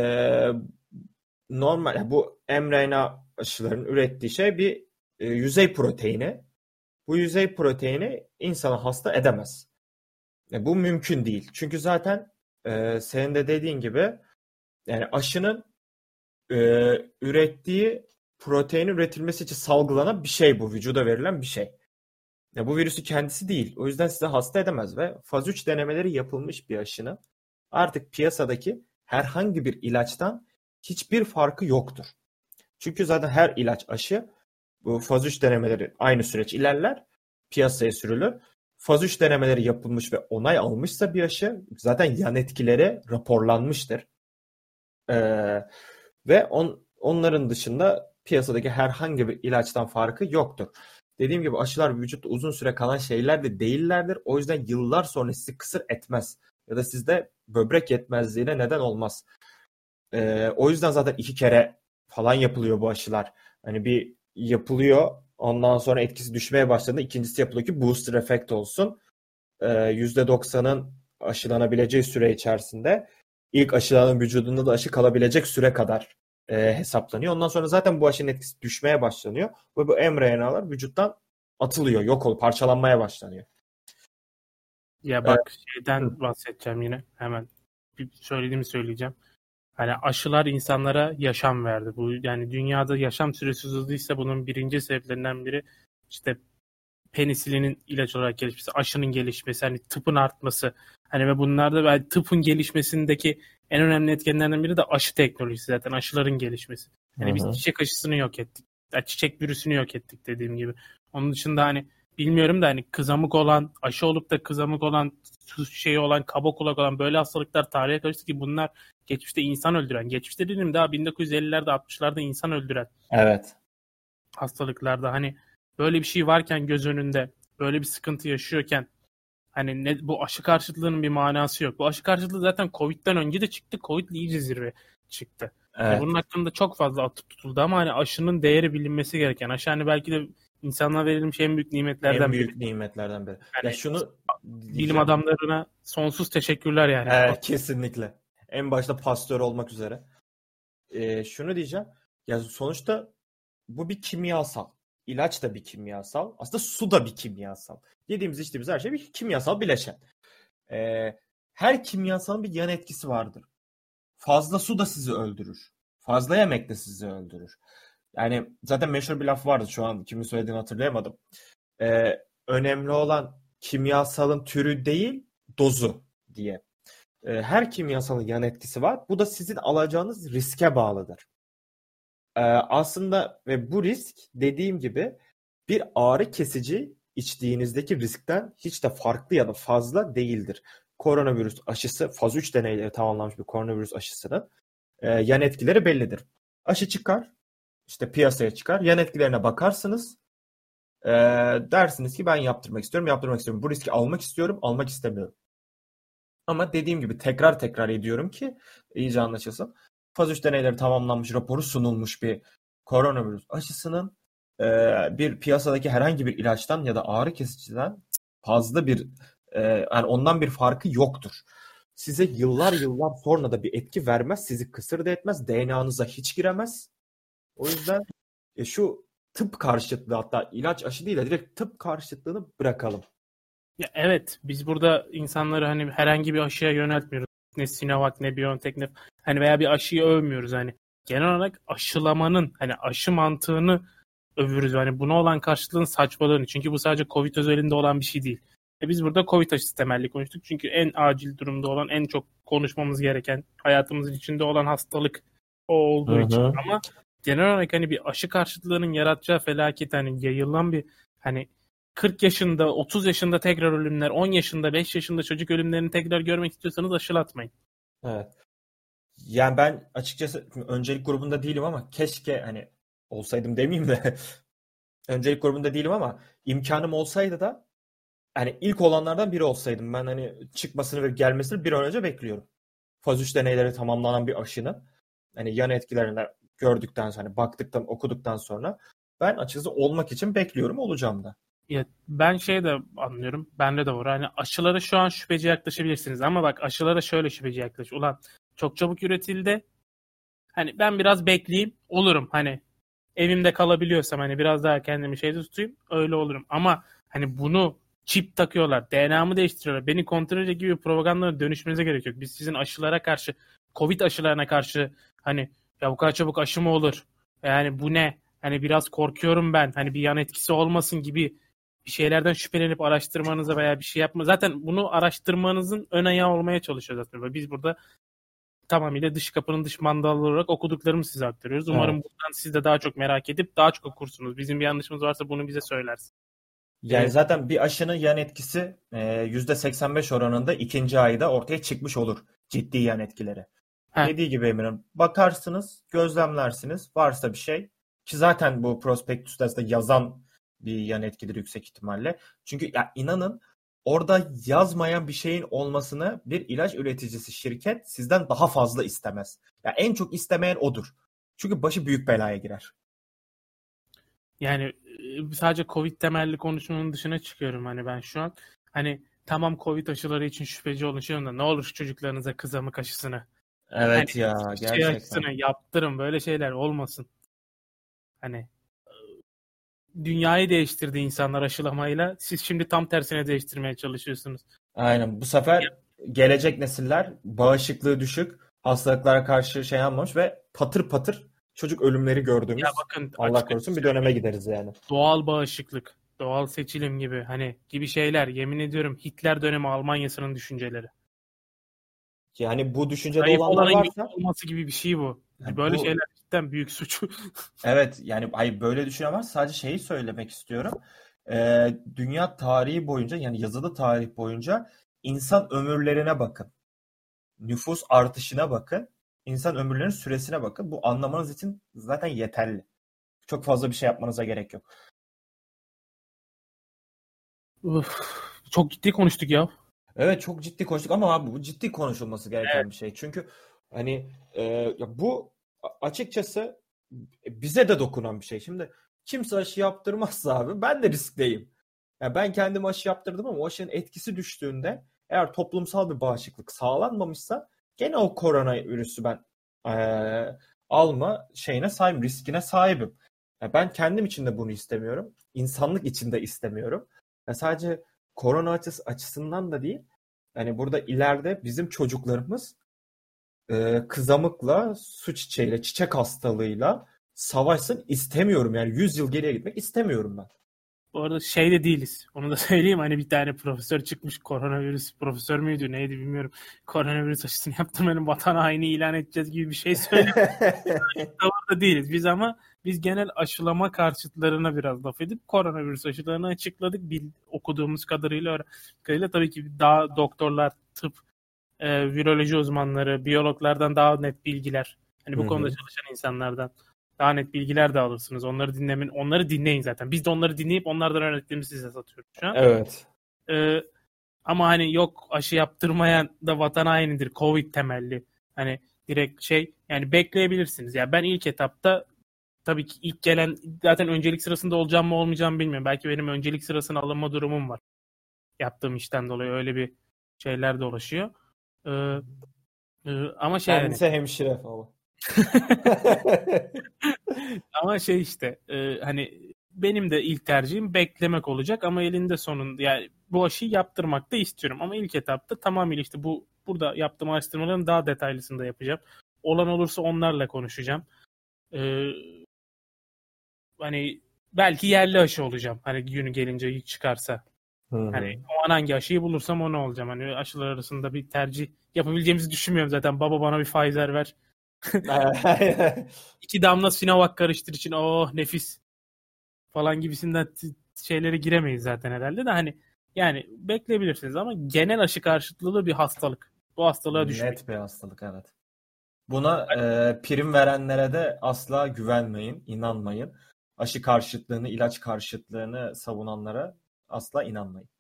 normal bu mRNA aşıların ürettiği şey bir yüzey proteini. Bu yüzey proteini insanı hasta edemez. Bu mümkün değil. Çünkü zaten senin de dediğin gibi yani aşının ürettiği protein üretilmesi için salgılanan bir şey, bu vücuda verilen bir şey. Bu virüsü kendisi değil. O yüzden size hasta edemez ve faz 3 denemeleri yapılmış bir aşının artık piyasadaki herhangi bir ilaçtan hiçbir farkı yoktur. Çünkü zaten her ilaç, aşı, bu faz 3 denemeleri aynı süreç ilerler, piyasaya sürülür. Faz 3 denemeleri yapılmış ve onay almışsa bir aşı zaten yan etkileri raporlanmıştır. Ve onların dışında piyasadaki herhangi bir ilaçtan farkı yoktur. Dediğim gibi aşılar vücutta uzun süre kalan şeyler de değillerdir. O yüzden yıllar sonra sizi kısır etmez. Ya da sizde böbrek yetmezliğine neden olmaz. O yüzden zaten 2 kere falan yapılıyor bu aşılar. Hani bir yapılıyor, ondan sonra etkisi düşmeye başladığında ikincisi yapılıyor ki booster efekt olsun. %90'ın aşılanabileceği süre içerisinde ilk aşılanan vücudunda da aşı kalabilecek süre kadar hesaplanıyor. Ondan sonra zaten bu aşının etkisi düşmeye başlanıyor ve bu mRNA'lar vücuttan atılıyor, yok oluyor, parçalanmaya başlanıyor. Ya bak şeyden bahsedeceğim yine hemen. Bir söylediğimi söyleyeceğim. Hani aşılar insanlara yaşam verdi. Bu yani dünyada yaşam süresi uzadıysa bunun birinci sebeplerinden biri işte penisilinin ilaç olarak gelişmesi, aşının gelişmesi, hani tıpın artması. Hani ve bunlarda yani tıpın gelişmesindeki en önemli etkenlerden biri de aşı teknolojisi zaten, aşıların gelişmesi. Yani biz çiçek aşısını yok ettik. Yani çiçek virüsünü yok ettik dediğim gibi. Onun dışında hani bilmiyorum da hani kızamık olan, aşı olup da kızamık olan, şeyi olan, kaba kulak olan böyle hastalıklar tarihe karıştı ki bunlar geçmişte insan öldüren, geçmişte dedim daha 1950'lerde 60'larda insan öldüren hastalıklarda hani böyle bir şey varken göz önünde, böyle bir sıkıntı yaşıyorken hani bu aşı karşıtlığının bir manası yok. Bu aşı karşıtlığı zaten Covid'den önce de çıktı. Covid'le iyice zirve çıktı. Evet. Yani bunun hakkında çok fazla atıp tutuldu ama hani aşının değeri bilinmesi gereken. Aşı hani belki de insanlığa verilmiş en büyük nimetlerden biri. En büyük nimetlerden biri. Yani ya şunu bilim adamlarına sonsuz teşekkürler yani. Evet, kesinlikle. En başta Pasteur olmak üzere. Şunu diyeceğim. Ya sonuçta bu bir kimyasal. İlaç da bir kimyasal. Aslında su da bir kimyasal. Yediğimiz içtiğimiz her şey bir kimyasal bileşen. Her kimyasalın bir yan etkisi vardır. Fazla su da sizi öldürür. Fazla yemek de sizi öldürür. Yani zaten meşhur bir laf vardı. Şu an kimin söylediğini hatırlayamadım. Önemli olan kimyasalın türü değil, dozu diye. Her kimyasalın yan etkisi var. Bu da sizin alacağınız riske bağlıdır. Aslında ve bu risk dediğim gibi bir ağrı kesici içtiğinizdeki riskten hiç de farklı ya da fazla değildir. Koronavirüs aşısı, faz 3 deneyleri tamamlanmış bir koronavirüs aşısının yan etkileri bellidir. Aşı çıkar, işte piyasaya çıkar, yan etkilerine bakarsınız. Dersiniz ki ben yaptırmak istiyorum. Bu riski almak istiyorum, almak istemiyorum. Ama dediğim gibi tekrar ediyorum ki iyice anlaşılsın. Faz 3 deneyleri tamamlanmış, raporu sunulmuş bir koronavirüs aşısının bir piyasadaki herhangi bir ilaçtan ya da ağrı kesiciden fazla bir yani ondan bir farkı yoktur. Size yıllar sonra da bir etki vermez, sizi kısır da etmez, DNA'nıza hiç giremez. O yüzden şu tıp karşıtlığı, hatta ilaç aşı değil de direkt tıp karşıtlığını bırakalım. Ya evet, biz burada insanları hani herhangi bir aşıya yöneltmiyoruz. Ne Sinovac ne BioNTech ne hani veya bir aşıyı övmüyoruz hani. Genel olarak aşılamanın hani aşı mantığını övüyoruz. Hani buna olan karşılığın saçmalığını. Çünkü bu sadece Covid özelinde olan bir şey değil. Biz burada Covid aşısı temelli konuştuk. Çünkü en acil durumda olan, en çok konuşmamız gereken, hayatımızın içinde olan hastalık o olduğu için. Ama genel olarak hani bir aşı karşıtlığının yaratacağı felaket, hani yayılan bir hani 40 yaşında, 30 yaşında tekrar ölümler, 10 yaşında, 5 yaşında çocuk ölümlerini tekrar görmek istiyorsanız aşılatmayın. Evet. Yani ben açıkçası öncelik grubunda değilim ama keşke hani olsaydım demeyeyim de öncelik grubunda değilim ama imkanım olsaydı da hani ilk olanlardan biri olsaydım. Ben hani çıkmasını ve gelmesini bir an önce bekliyorum. Faz 3 deneyleri tamamlanan bir aşının hani yan etkilerini gördükten sonra, baktıktan, okuduktan sonra ben açıkçası olmak için bekliyorum, olacağım da. Ya ben şey de anlıyorum. Bende de var. Hani aşılara şu an şüpheci yaklaşabilirsiniz. Ama bak aşılara şöyle şüpheci yaklaş. Ulan çok çabuk üretildi. Hani ben biraz bekleyeyim. Olurum. Hani evimde kalabiliyorsam hani biraz daha kendimi şeyde tutayım. Öyle olurum. Ama hani bunu çip takıyorlar. DNA'mı değiştiriyorlar. Beni kontrol edecek gibi propagandalara dönüşmenize gerek yok. Biz sizin aşılara karşı, Covid aşılarına karşı hani ya bu kadar çabuk aşı mı olur? Yani bu ne? Hani biraz korkuyorum ben. Hani bir yan etkisi olmasın gibi bir şeylerden şüphelenip araştırmanıza veya bir şey yapma. Zaten bunu araştırmanızın ön ayağı olmaya çalışıyoruz aslında. Biz burada tamamıyla dış kapının dış mandalı olarak okuduklarımızı size aktarıyoruz. Umarım buradan siz de daha çok merak edip daha çok okursunuz. Bizim bir yanlışımız varsa bunu bize söylersiniz. Yani zaten bir aşının yan etkisi %85 oranında ikinci ayda ortaya çıkmış olur. Ciddi yan etkileri. Dediği gibi Emir'in bakarsınız, gözlemlersiniz. Varsa bir şey ki zaten bu prospektüste yazan bir yan etkidir yüksek ihtimalle. Çünkü ya inanın orada yazmayan bir şeyin olmasını bir ilaç üreticisi şirket sizden daha fazla istemez. Ya en çok istemeyen odur. Çünkü başı büyük belaya girer. Yani sadece Covid temelli konuşmanın dışına çıkıyorum hani ben şu an. Hani tamam Covid aşıları için şüpheci oluşuyorum da ne olur şu çocuklarınıza kızamık aşısını. Evet Hani ya, şey gerçekten. aşısını yaptırın, böyle şeyler olmasın. Hani dünyayı değiştirdi insanlar aşılamayla. Siz şimdi tam tersine değiştirmeye çalışıyorsunuz. Aynen. Bu sefer gelecek nesiller bağışıklığı düşük, hastalıklara karşı şey almamış ve patır patır çocuk ölümleri Ya gördüğümüz, bakın Allah açık korusun, bir açık döneme söyleyeyim. gideriz yani. Doğal bağışıklık, doğal seçilim gibi hani gibi şeyler, yemin ediyorum Hitler dönemi Almanya'sının düşünceleri. Yani bu düşüncede Zayıf olanlar olanın yok varsa olması gibi bir şey bu. yani Böyle bu şeyler cidden büyük suç. evet, yani hayır, böyle düşünen var. Sadece şeyi söylemek istiyorum. Dünya tarihi boyunca, yani yazılı tarih boyunca insan ömürlerine bakın. Nüfus artışına bakın. İnsan ömürlerinin süresine bakın. Bu anlamanız için zaten yeterli. Çok fazla bir şey yapmanıza gerek yok. Uf, çok ciddi konuştuk ya. Evet, çok ciddi konuştuk ama abi bu ciddi konuşulması Evet. gereken bir şey. Çünkü hani ya bu açıkçası bize de dokunan bir şey. Şimdi kimse aşı yaptırmazsa abi ben de riskteyim. Ya ben kendim aşı yaptırdım ama o aşının etkisi düştüğünde, eğer toplumsal bir bağışıklık sağlanmamışsa, gene o koronavirüsü ben alma şeyine sahibim, riskine sahibim. Ya ben kendim için de bunu istemiyorum. İnsanlık için de istemiyorum. Ya sadece korona açısından da değil. Yani burada ileride bizim çocuklarımız kızamıkla, su çiçeğiyle, çiçek hastalığıyla savaşsın istemiyorum. Yani 100 yıl geriye gitmek istemiyorum ben. Bu arada şey de değiliz. Onu da söyleyeyim. Hani bir tane profesör çıkmış. Koronavirüs profesör müydü neydi bilmiyorum. Koronavirüs aşısını yaptırmanın vatan haini ilan edeceğiz gibi bir şey söylüyor. Tavırda değiliz. Biz genel aşılama karşıtlarına biraz laf edip koronavirüs aşılarını açıkladık. Okuduğumuz kadarıyla tabii ki daha doktorlar, tıp, viroloji uzmanları, biyologlardan daha net bilgiler. Hani Hı bu konuda hı. çalışan insanlardan daha net bilgiler de alırsınız. Onları dinleyin zaten. Biz de onları dinleyip onlardan öğrendiklerimizi size satıyoruz şu an. Evet. Ee, ama hani yok aşı yaptırmayan da vatan hainidir. Covid temelli. Hani direkt şey yani bekleyebilirsiniz. Ya ben ilk etapta tabii ki ilk gelen zaten öncelik sırasında olacağım mı olmayacağım mı bilmiyorum. Belki benim öncelik sırasına alınma durumum var. Yaptığım işten dolayı öyle bir şeyler dolaşıyor. Ee, ama şey hani Kendisi hemşire falan. ama şey işte hani benim de ilk tercihim beklemek olacak ama elinde sonunda yani bu aşıyı yaptırmak da istiyorum ama ilk etapta tamamıyla işte burada yaptığım araştırmaların daha detaylısını da yapacağım. Olan olursa onlarla konuşacağım. Ee, hani belki yerli aşı olacağım. Hani günü gelince ilk çıkarsa. Hı Hani hı. o an hangi aşıyı bulursam onu olacağım. Hani aşılar arasında bir tercih yapabileceğimizi düşünmüyorum zaten. Baba bana bir Pfizer ver. İki damla Sinovac karıştır için oh nefis falan gibisinden şeylere giremeyiz zaten herhalde de hani yani bekleyebilirsiniz ama genel aşı karşıtlığı bir hastalık. Bu hastalığa düşmeyin. Net bir hastalık, evet. Buna prim verenlere de asla güvenmeyin, inanmayın. Aşı karşıtlığını, ilaç karşıtlığını savunanlara asla inanmayın.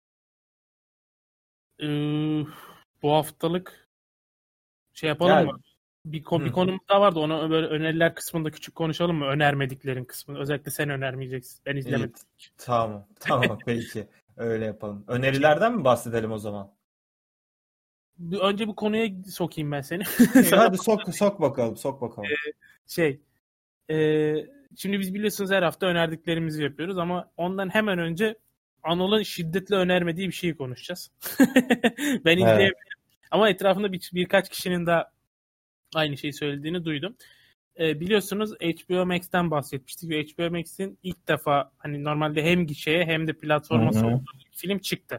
Ee, bu haftalık şey yapalım mı? Ya, Bir hı, konumuz daha vardı. Onu böyle öneriler kısmında küçük konuşalım mı? Önermediklerin kısmını. Özellikle sen önermeyeceksin. Ben iyi, izlemedim. tamam, tamam, peki. Öyle yapalım. Önerilerden mi bahsedelim o zaman? Önce bu konuya sokayım ben seni. İyi, Sana hadi sok bakalım, sok bakalım. şey e, şimdi biz biliyorsunuz her hafta önerdiklerimizi yapıyoruz ama ondan hemen önce Anıl'ın şiddetle önermediği bir şeyi konuşacağız. Ben Evet. izleyebilirim. Ama etrafında birkaç kişinin de aynı şeyi söylediğini duydum. Biliyorsunuz HBO Max'ten bahsetmiştik ve HBO Max'in ilk defa hani normalde hem gişeye hem de Hı platforma hı. sunduğu bir film çıktı.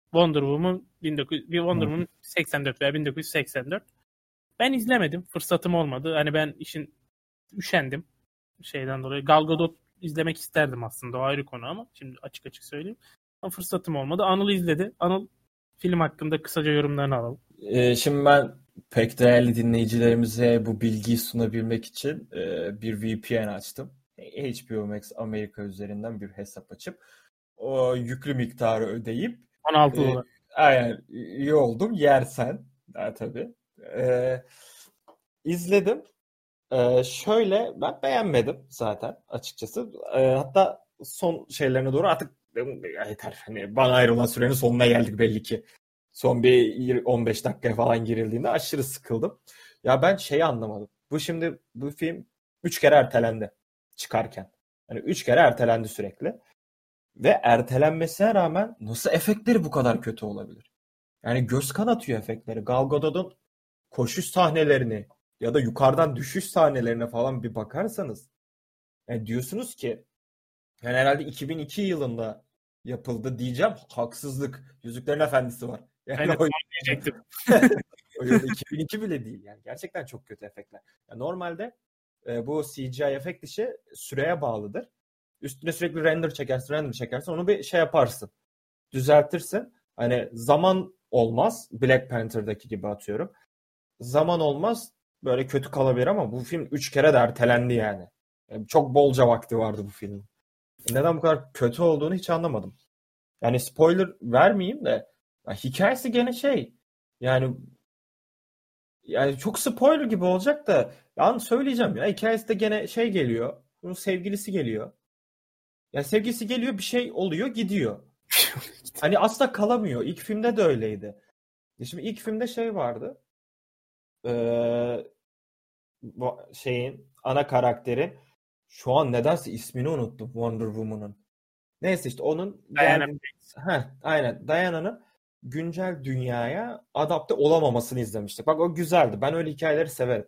Wonder Woman 84 veya 1984. Ben izlemedim. Fırsatım olmadı. Hani ben üşendim şeyden dolayı. Gal Gadot izlemek isterdim aslında. O ayrı konu ama şimdi açık açık söyleyeyim. Ama fırsatım olmadı. Anıl izledi. Anıl film hakkında kısaca yorumlarını alalım. Şimdi ben pek değerli dinleyicilerimize bu bilgiyi sunabilmek için bir VPN açtım. HBO Max Amerika üzerinden bir hesap açıp o yüklü miktarı ödeyip 16 e, dolar. aynen iyi oldum yersen tabii. İzledim. Şöyle ben beğenmedim zaten açıkçası. Hatta son şeylerine doğru artık ya yeter. Hani bana ayrılan sürenin sonuna geldik belli ki. Son bir 15 dakikaya falan girildiğinde aşırı sıkıldım. Ya ben şeyi anlamadım. Bu film 3 kere ertelendi çıkarken. Hani 3 kere ertelendi sürekli. Ve ertelenmesine rağmen nasıl efektleri bu kadar kötü olabilir? Yani göz kanatıyor efektleri. Gal Gadot'un koşuş sahnelerini ya da yukarıdan düşüş sahnelerine falan bir bakarsanız yani diyorsunuz ki yani herhalde 2002 yılında yapıldı diyeceğim. Haksızlık. Yüzüklerin Efendisi var. Yani Aynen diyecektim. o yılda 2002 bile değil yani. Gerçekten çok kötü efektler. Yani normalde bu CGI efekt işi süreye bağlıdır. Üstüne sürekli render çekersin. Onu bir şey yaparsın. Düzeltirsin. Hani zaman olmaz. Black Panther'daki gibi atıyorum. Zaman olmaz. Böyle kötü kalabilir ama bu film 3 kere de ertelendi yani. Yani çok bolca vakti vardı bu filmin. Neden bu kadar kötü olduğunu hiç anlamadım. Yani spoiler vermeyeyim de ya hikayesi gene şey. Yani yani çok spoiler gibi olacak da yani söyleyeceğim ya hikayesi de gene şey geliyor. Bunun sevgilisi geliyor. Yani sevgilisi geliyor bir şey oluyor gidiyor. Hani asla kalamıyor. İlk filmde de öyleydi. Şimdi ilk filmde şey vardı. Ee, bu şeyin ana karakterin şu an nedense ismini unuttum Wonder Woman'ın. Neyse işte onun geldi. Aynen Diana'nın güncel dünyaya adapte olamamasını izlemiştik. Bak o güzeldi. Ben öyle hikayeleri severim.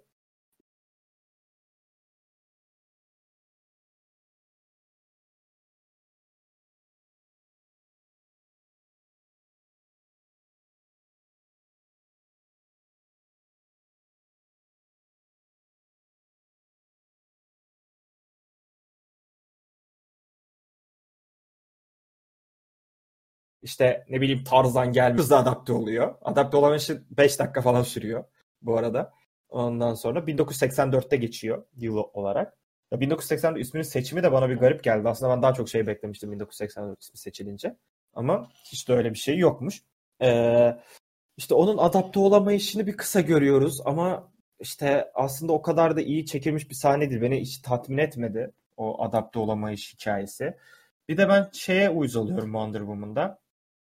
İşte ne bileyim Tarzan gelmiş hızlı adapte oluyor. Adapte olaması 5 dakika falan sürüyor bu arada. Ondan sonra 1984'te geçiyor yıl olarak. Ya 1984 isminin seçimi de bana bir garip geldi. Aslında ben daha çok şey beklemiştim 1984 ismi seçilince. Ama hiç de öyle bir şey yokmuş. Ee, işte onun adapte olamayışını bir kısa görüyoruz ama işte aslında o kadar da iyi çekilmiş bir sahne değil. Beni hiç tatmin etmedi o adapte olamayış hikayesi. Bir de ben şeye uyuz oluyorum Wonder Woman'da.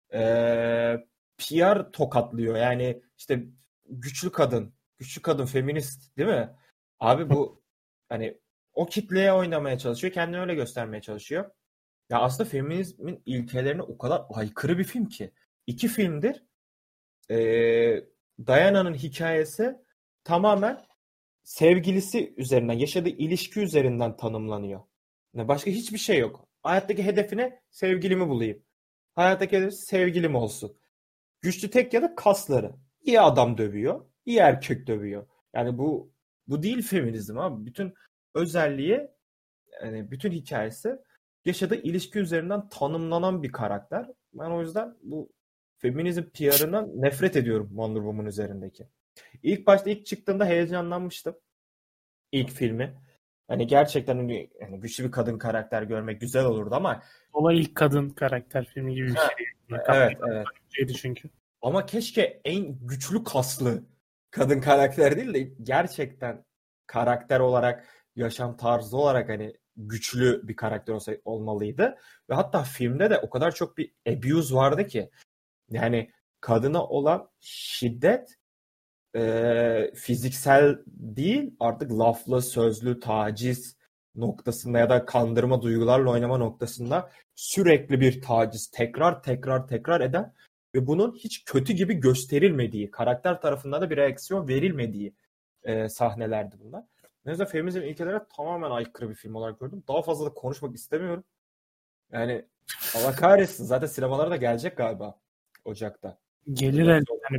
PR tokatlıyor. Yani işte güçlü kadın feminist değil mi? Abi bu hani o kitleye oynamaya çalışıyor, kendini öyle göstermeye çalışıyor. Ya aslında feminizmin ilkelerine o kadar aykırı bir film ki. İki filmdir Diana'nın hikayesi tamamen sevgilisi üzerinden, yaşadığı ilişki üzerinden tanımlanıyor. Yani başka hiçbir şey yok. Hayattaki hedefine sevgilimi bulayım. Hayattaki hedefi sevgilim olsun. Güçlü tek ya da kasları. İyi adam dövüyor, iyi erkek dövüyor. Yani bu değil feminizm abi. Bütün özelliği, yani bütün hikayesi yaşadığı ilişki üzerinden tanımlanan bir karakter. Ben o yüzden bu feminizm PR'ından nefret ediyorum Wonder Woman üzerindeki. İlk çıktığında heyecanlanmıştım. İlk filmi. Hani gerçekten hani güçlü bir kadın karakter görmek güzel olurdu ama Olay ilk kadın karakter filmi gibi bir şey. evet evet. Şeydi çünkü. Ama keşke en güçlü kaslı kadın karakter değil de gerçekten karakter olarak, yaşam tarzı olarak hani güçlü bir karakter olmalıydı. Ve hatta filmde de o kadar çok bir abuse vardı ki. Yani kadına olan şiddet fiziksel değil artık laflı, sözlü, taciz noktasında ya da kandırma duygularla oynama noktasında sürekli bir taciz tekrar eden ve bunun hiç kötü gibi gösterilmediği, karakter tarafından da bir reaksiyon verilmediği sahnelerdi bunlar. O yüzden feminizm ilkelere tamamen aykırı bir film olarak gördüm. Daha fazla da konuşmak istemiyorum. Yani Allah kahretsin. Zaten sinemalara da gelecek galiba Ocak'ta. Gelir el. Yani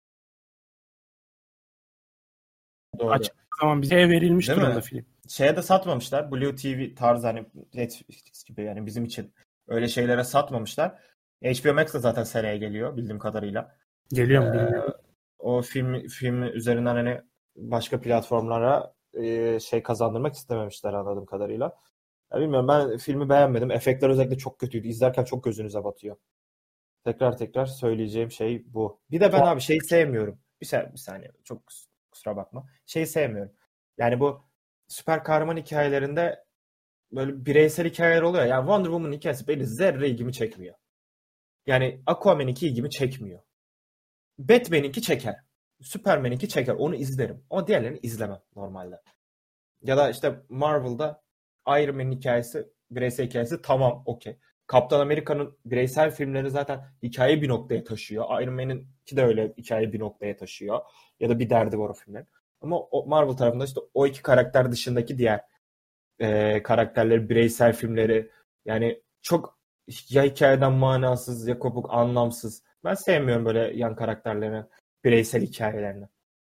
Doğru. açık zaman bize verilmiş Değil durumda mi? film. Şeye de satmamışlar. Blue TV tarzı hani Netflix gibi yani bizim için öyle şeylere satmamışlar. HBO Max de zaten seneye geliyor bildiğim kadarıyla. Geliyor mu Ee, bilmiyorum. o film üzerinden hani başka platformlara şey kazandırmak istememişler anladığım kadarıyla. Ya bilmiyorum ben filmi beğenmedim. Efektler özellikle çok kötüydü. İzlerken çok gözünüze batıyor. Tekrar söyleyeceğim şey bu. Bir de ben abi şeyi sevmiyorum. Bir saniye çok kusura bakma. Şeyi sevmiyorum. Yani bu süper kahraman hikayelerinde böyle bireysel hikayeler oluyor. Yani Wonder Woman hikayesi beni zerre ilgimi çekmiyor. Yani Aquaman'inki ilgimi çekmiyor. Batman'inki çeker. Superman'inki çeker. Onu izlerim. Ama diğerlerini izlemem normalde. Ya da işte Marvel'da Iron Man'in hikayesi, bireysel hikayesi tamam okey. Kaptan Amerika'nın bireysel filmleri zaten hikayeyi bir noktaya taşıyor. Iron Man'inki de öyle hikayeyi bir noktaya taşıyor. Ya da bir derdi var o filmlerin. Ama o Marvel tarafında işte o iki karakter dışındaki diğer karakterleri, bireysel filmleri yani çok ya hikayeden manasız ya kopuk, anlamsız. Ben sevmiyorum böyle yan karakterlerin bireysel hikayelerini.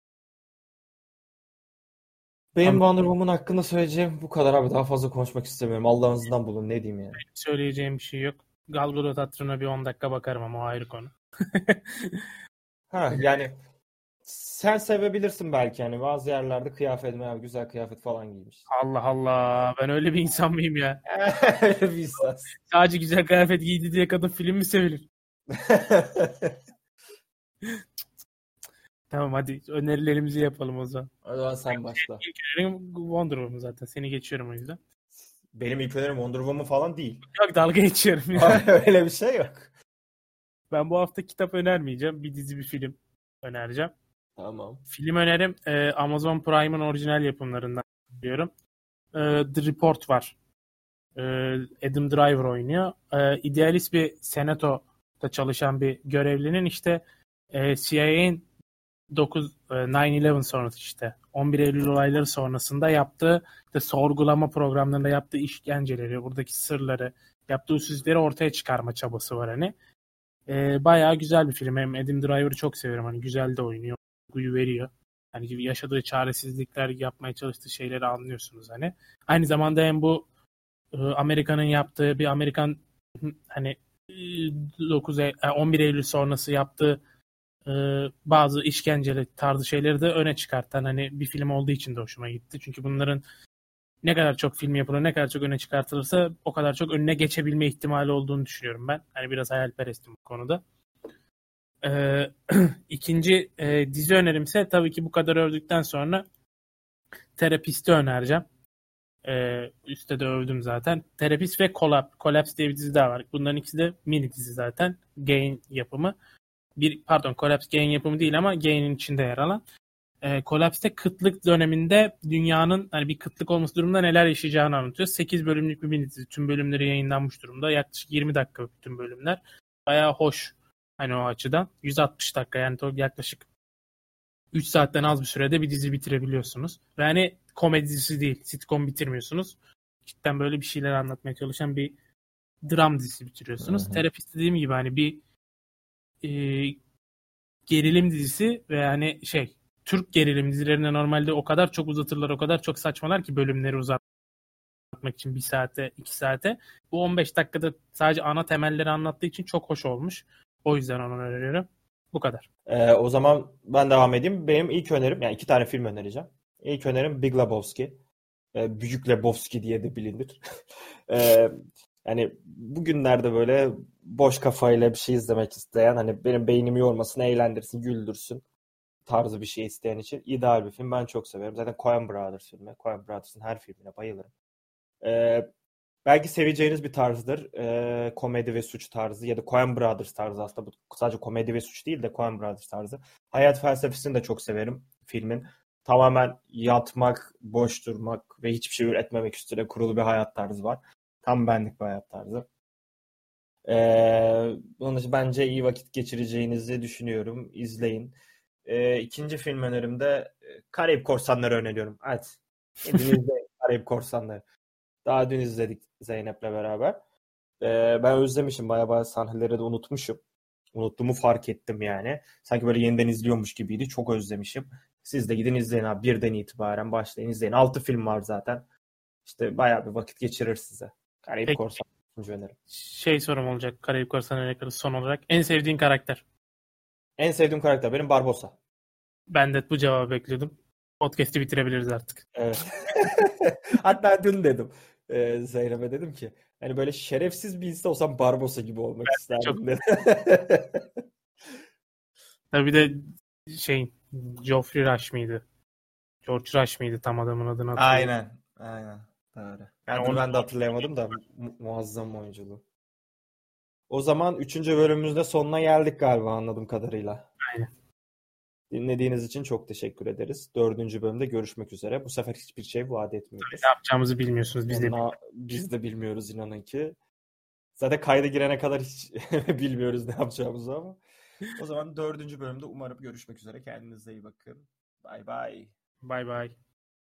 Benim Wonder Woman hakkında söyleyeceğim bu kadar abi. Daha fazla konuşmak istemiyorum. Allah'ınızdan bulun. Ne diyeyim yani. Söyleyeceğim bir şey yok. Gal Gadot hatırına bir 10 dakika bakarım ama o ayrı konu. Ha yani sen sevebilirsin belki yani bazı yerlerde kıyafetime abi güzel kıyafet falan giymiş. Allah Allah, ben öyle bir insan mıyım ya? Öyle bir insan. Sadece güzel kıyafet giydi diye kadın film mi sevilir? Tamam, hadi önerilerimizi yapalım o zaman. O zaman sen başla. İlk önerim Wonder Woman zaten. Seni geçiyorum o yüzden. Benim ilk önerim Wonder Woman falan değil. Yok, dalga geçiyorum ya. Öyle bir şey yok. Ben bu hafta kitap önermeyeceğim. Bir dizi, bir film önereceğim. Tamam. Film önerim Amazon Prime'ın orijinal yapımlarından diyorum. The Report var. Adam Driver oynuyor. İdealist bir senatoda çalışan bir görevlinin işte CIA'nin 9/11 sonrası işte 11 Eylül olayları sonrasında yaptığı işte sorgulama programlarında yaptığı işkenceleri, buradaki sırları, yaptığı usulleri ortaya çıkarma çabası var hani. Bayağı güzel bir film. Hem Adam Driver'ı çok severim. Hani güzel de oynuyor. Duygu veriyor. Hani yaşadığı çaresizlikler, yapmaya çalıştığı şeyleri anlıyorsunuz hani. Aynı zamanda hem bu Amerika'nın yaptığı bir Amerikan hani 11 Eylül sonrası yaptığı bazı işkenceli tarzı şeyleri de öne çıkartan hani bir film olduğu için de hoşuma gitti. Çünkü bunların ne kadar çok film yapılır, ne kadar çok öne çıkartılırsa o kadar çok önüne geçebilme ihtimali olduğunu düşünüyorum ben. Hani biraz hayalperestim bu konuda. İkinci dizi önerimse tabii ki bu kadar övdükten sonra Terapist'i önereceğim. Üstte de övdüm zaten. Terapist ve Collapse diye bir dizi daha var. Bunların ikisi de mini dizi zaten. Gain yapımı. Collapse Gain yapımı değil ama Gain'in içinde yer alan. Collapse'de kıtlık döneminde dünyanın hani bir kıtlık olması durumunda neler yaşayacağını anlatıyor. 8 bölümlük bir mini dizi. Tüm bölümleri yayınlanmış durumda. Yaklaşık 20 dakika bütün bölümler. Bayağı hoş hani o açıdan. 160 dakika yani yaklaşık 3 saatten az bir sürede bir dizi bitirebiliyorsunuz. Ve hani komedi dizisi değil. Sitcom bitirmiyorsunuz. Cidden böyle bir şeyler anlatmaya çalışan bir dram dizisi bitiriyorsunuz. Terapist dediğim gibi hani bir gerilim dizisi ve hani Türk gerilim dizilerinde normalde o kadar çok uzatırlar, o kadar çok saçmalar ki bölümleri uzatmak için 1 saate, 2 saate. Bu 15 dakikada sadece ana temelleri anlattığı için çok hoş olmuş. O yüzden onu öneriyorum. Bu kadar. O zaman ben devam edeyim. Benim ilk önerim, yani 2 tane film önereceğim. İlk önerim Big Lebowski. Büyük Lebowski diye de bilinir. Yani bugünlerde böyle boş kafayla bir şey izlemek isteyen, hani benim beynimi yormasın, eğlendirsin, güldürsün tarzı bir şey isteyen için ideal bir film. Ben çok severim. Zaten Coen Brothers filmi. Coen Brothers'ın her filmine bayılırım. Belki seveceğiniz bir tarzdır. Komedi ve suç tarzı ya da Coen Brothers tarzı aslında. Bu sadece komedi ve suç değil de Coen Brothers tarzı. Hayat felsefesini de çok severim filmin. Tamamen yatmak, boş durmak ve hiçbir şey üretmemek üstüne kurulu bir hayat tarzı var. Tam benlik bir hayat tarzı. Onun için bence iyi vakit geçireceğinizi düşünüyorum. İzleyin. İkinci film önerimde Karayip Korsanları öneriyorum. Hadi. Gidin izleyin Karayip Korsanları. Daha dün izledik Zeynep'le beraber. Ben özlemişim. Bayağı sahneleri de unutmuşum. Unuttuğumu fark ettim yani. Sanki böyle yeniden izliyormuş gibiydi. Çok özlemişim. Siz de gidin izleyin abi. Birden itibaren başlayın izleyin. 6 film var zaten. İşte bayağı bir vakit geçirir size. Karayip Peki. Korsan önerim. Sorum olacak Karayip Korsanı Örnekleri son olarak. En sevdiğin karakter? En sevdiğim karakter benim Barbossa. Ben de bu cevabı bekliyordum. Podcast'i bitirebiliriz artık. Evet. Hatta dün dedim. Zeynep'e dedim ki hani böyle şerefsiz bir insan olsam Barbossa gibi olmak isterdim dedim. Tabii de Geoffrey Rush mıydı? George Rush mıydı tam adamın adını hatırlıyorum. Aynen. Doğru. Yani Ben de hatırlayamadım da muazzam oyunculuğu. O zaman 3. bölümümüzde sonuna geldik galiba anladığım kadarıyla. Aynen. Dinlediğiniz için çok teşekkür ederiz. 4. bölümde görüşmek üzere. Bu sefer hiçbir şey vaat etmiyoruz. Ne yapacağımızı bilmiyorsunuz. Biz de bilmiyoruz inanın ki. Zaten kayda girene kadar hiç bilmiyoruz ne yapacağımızı ama. O zaman 4. bölümde umarım görüşmek üzere. Kendinize iyi bakın. Bay bay. Bay bay.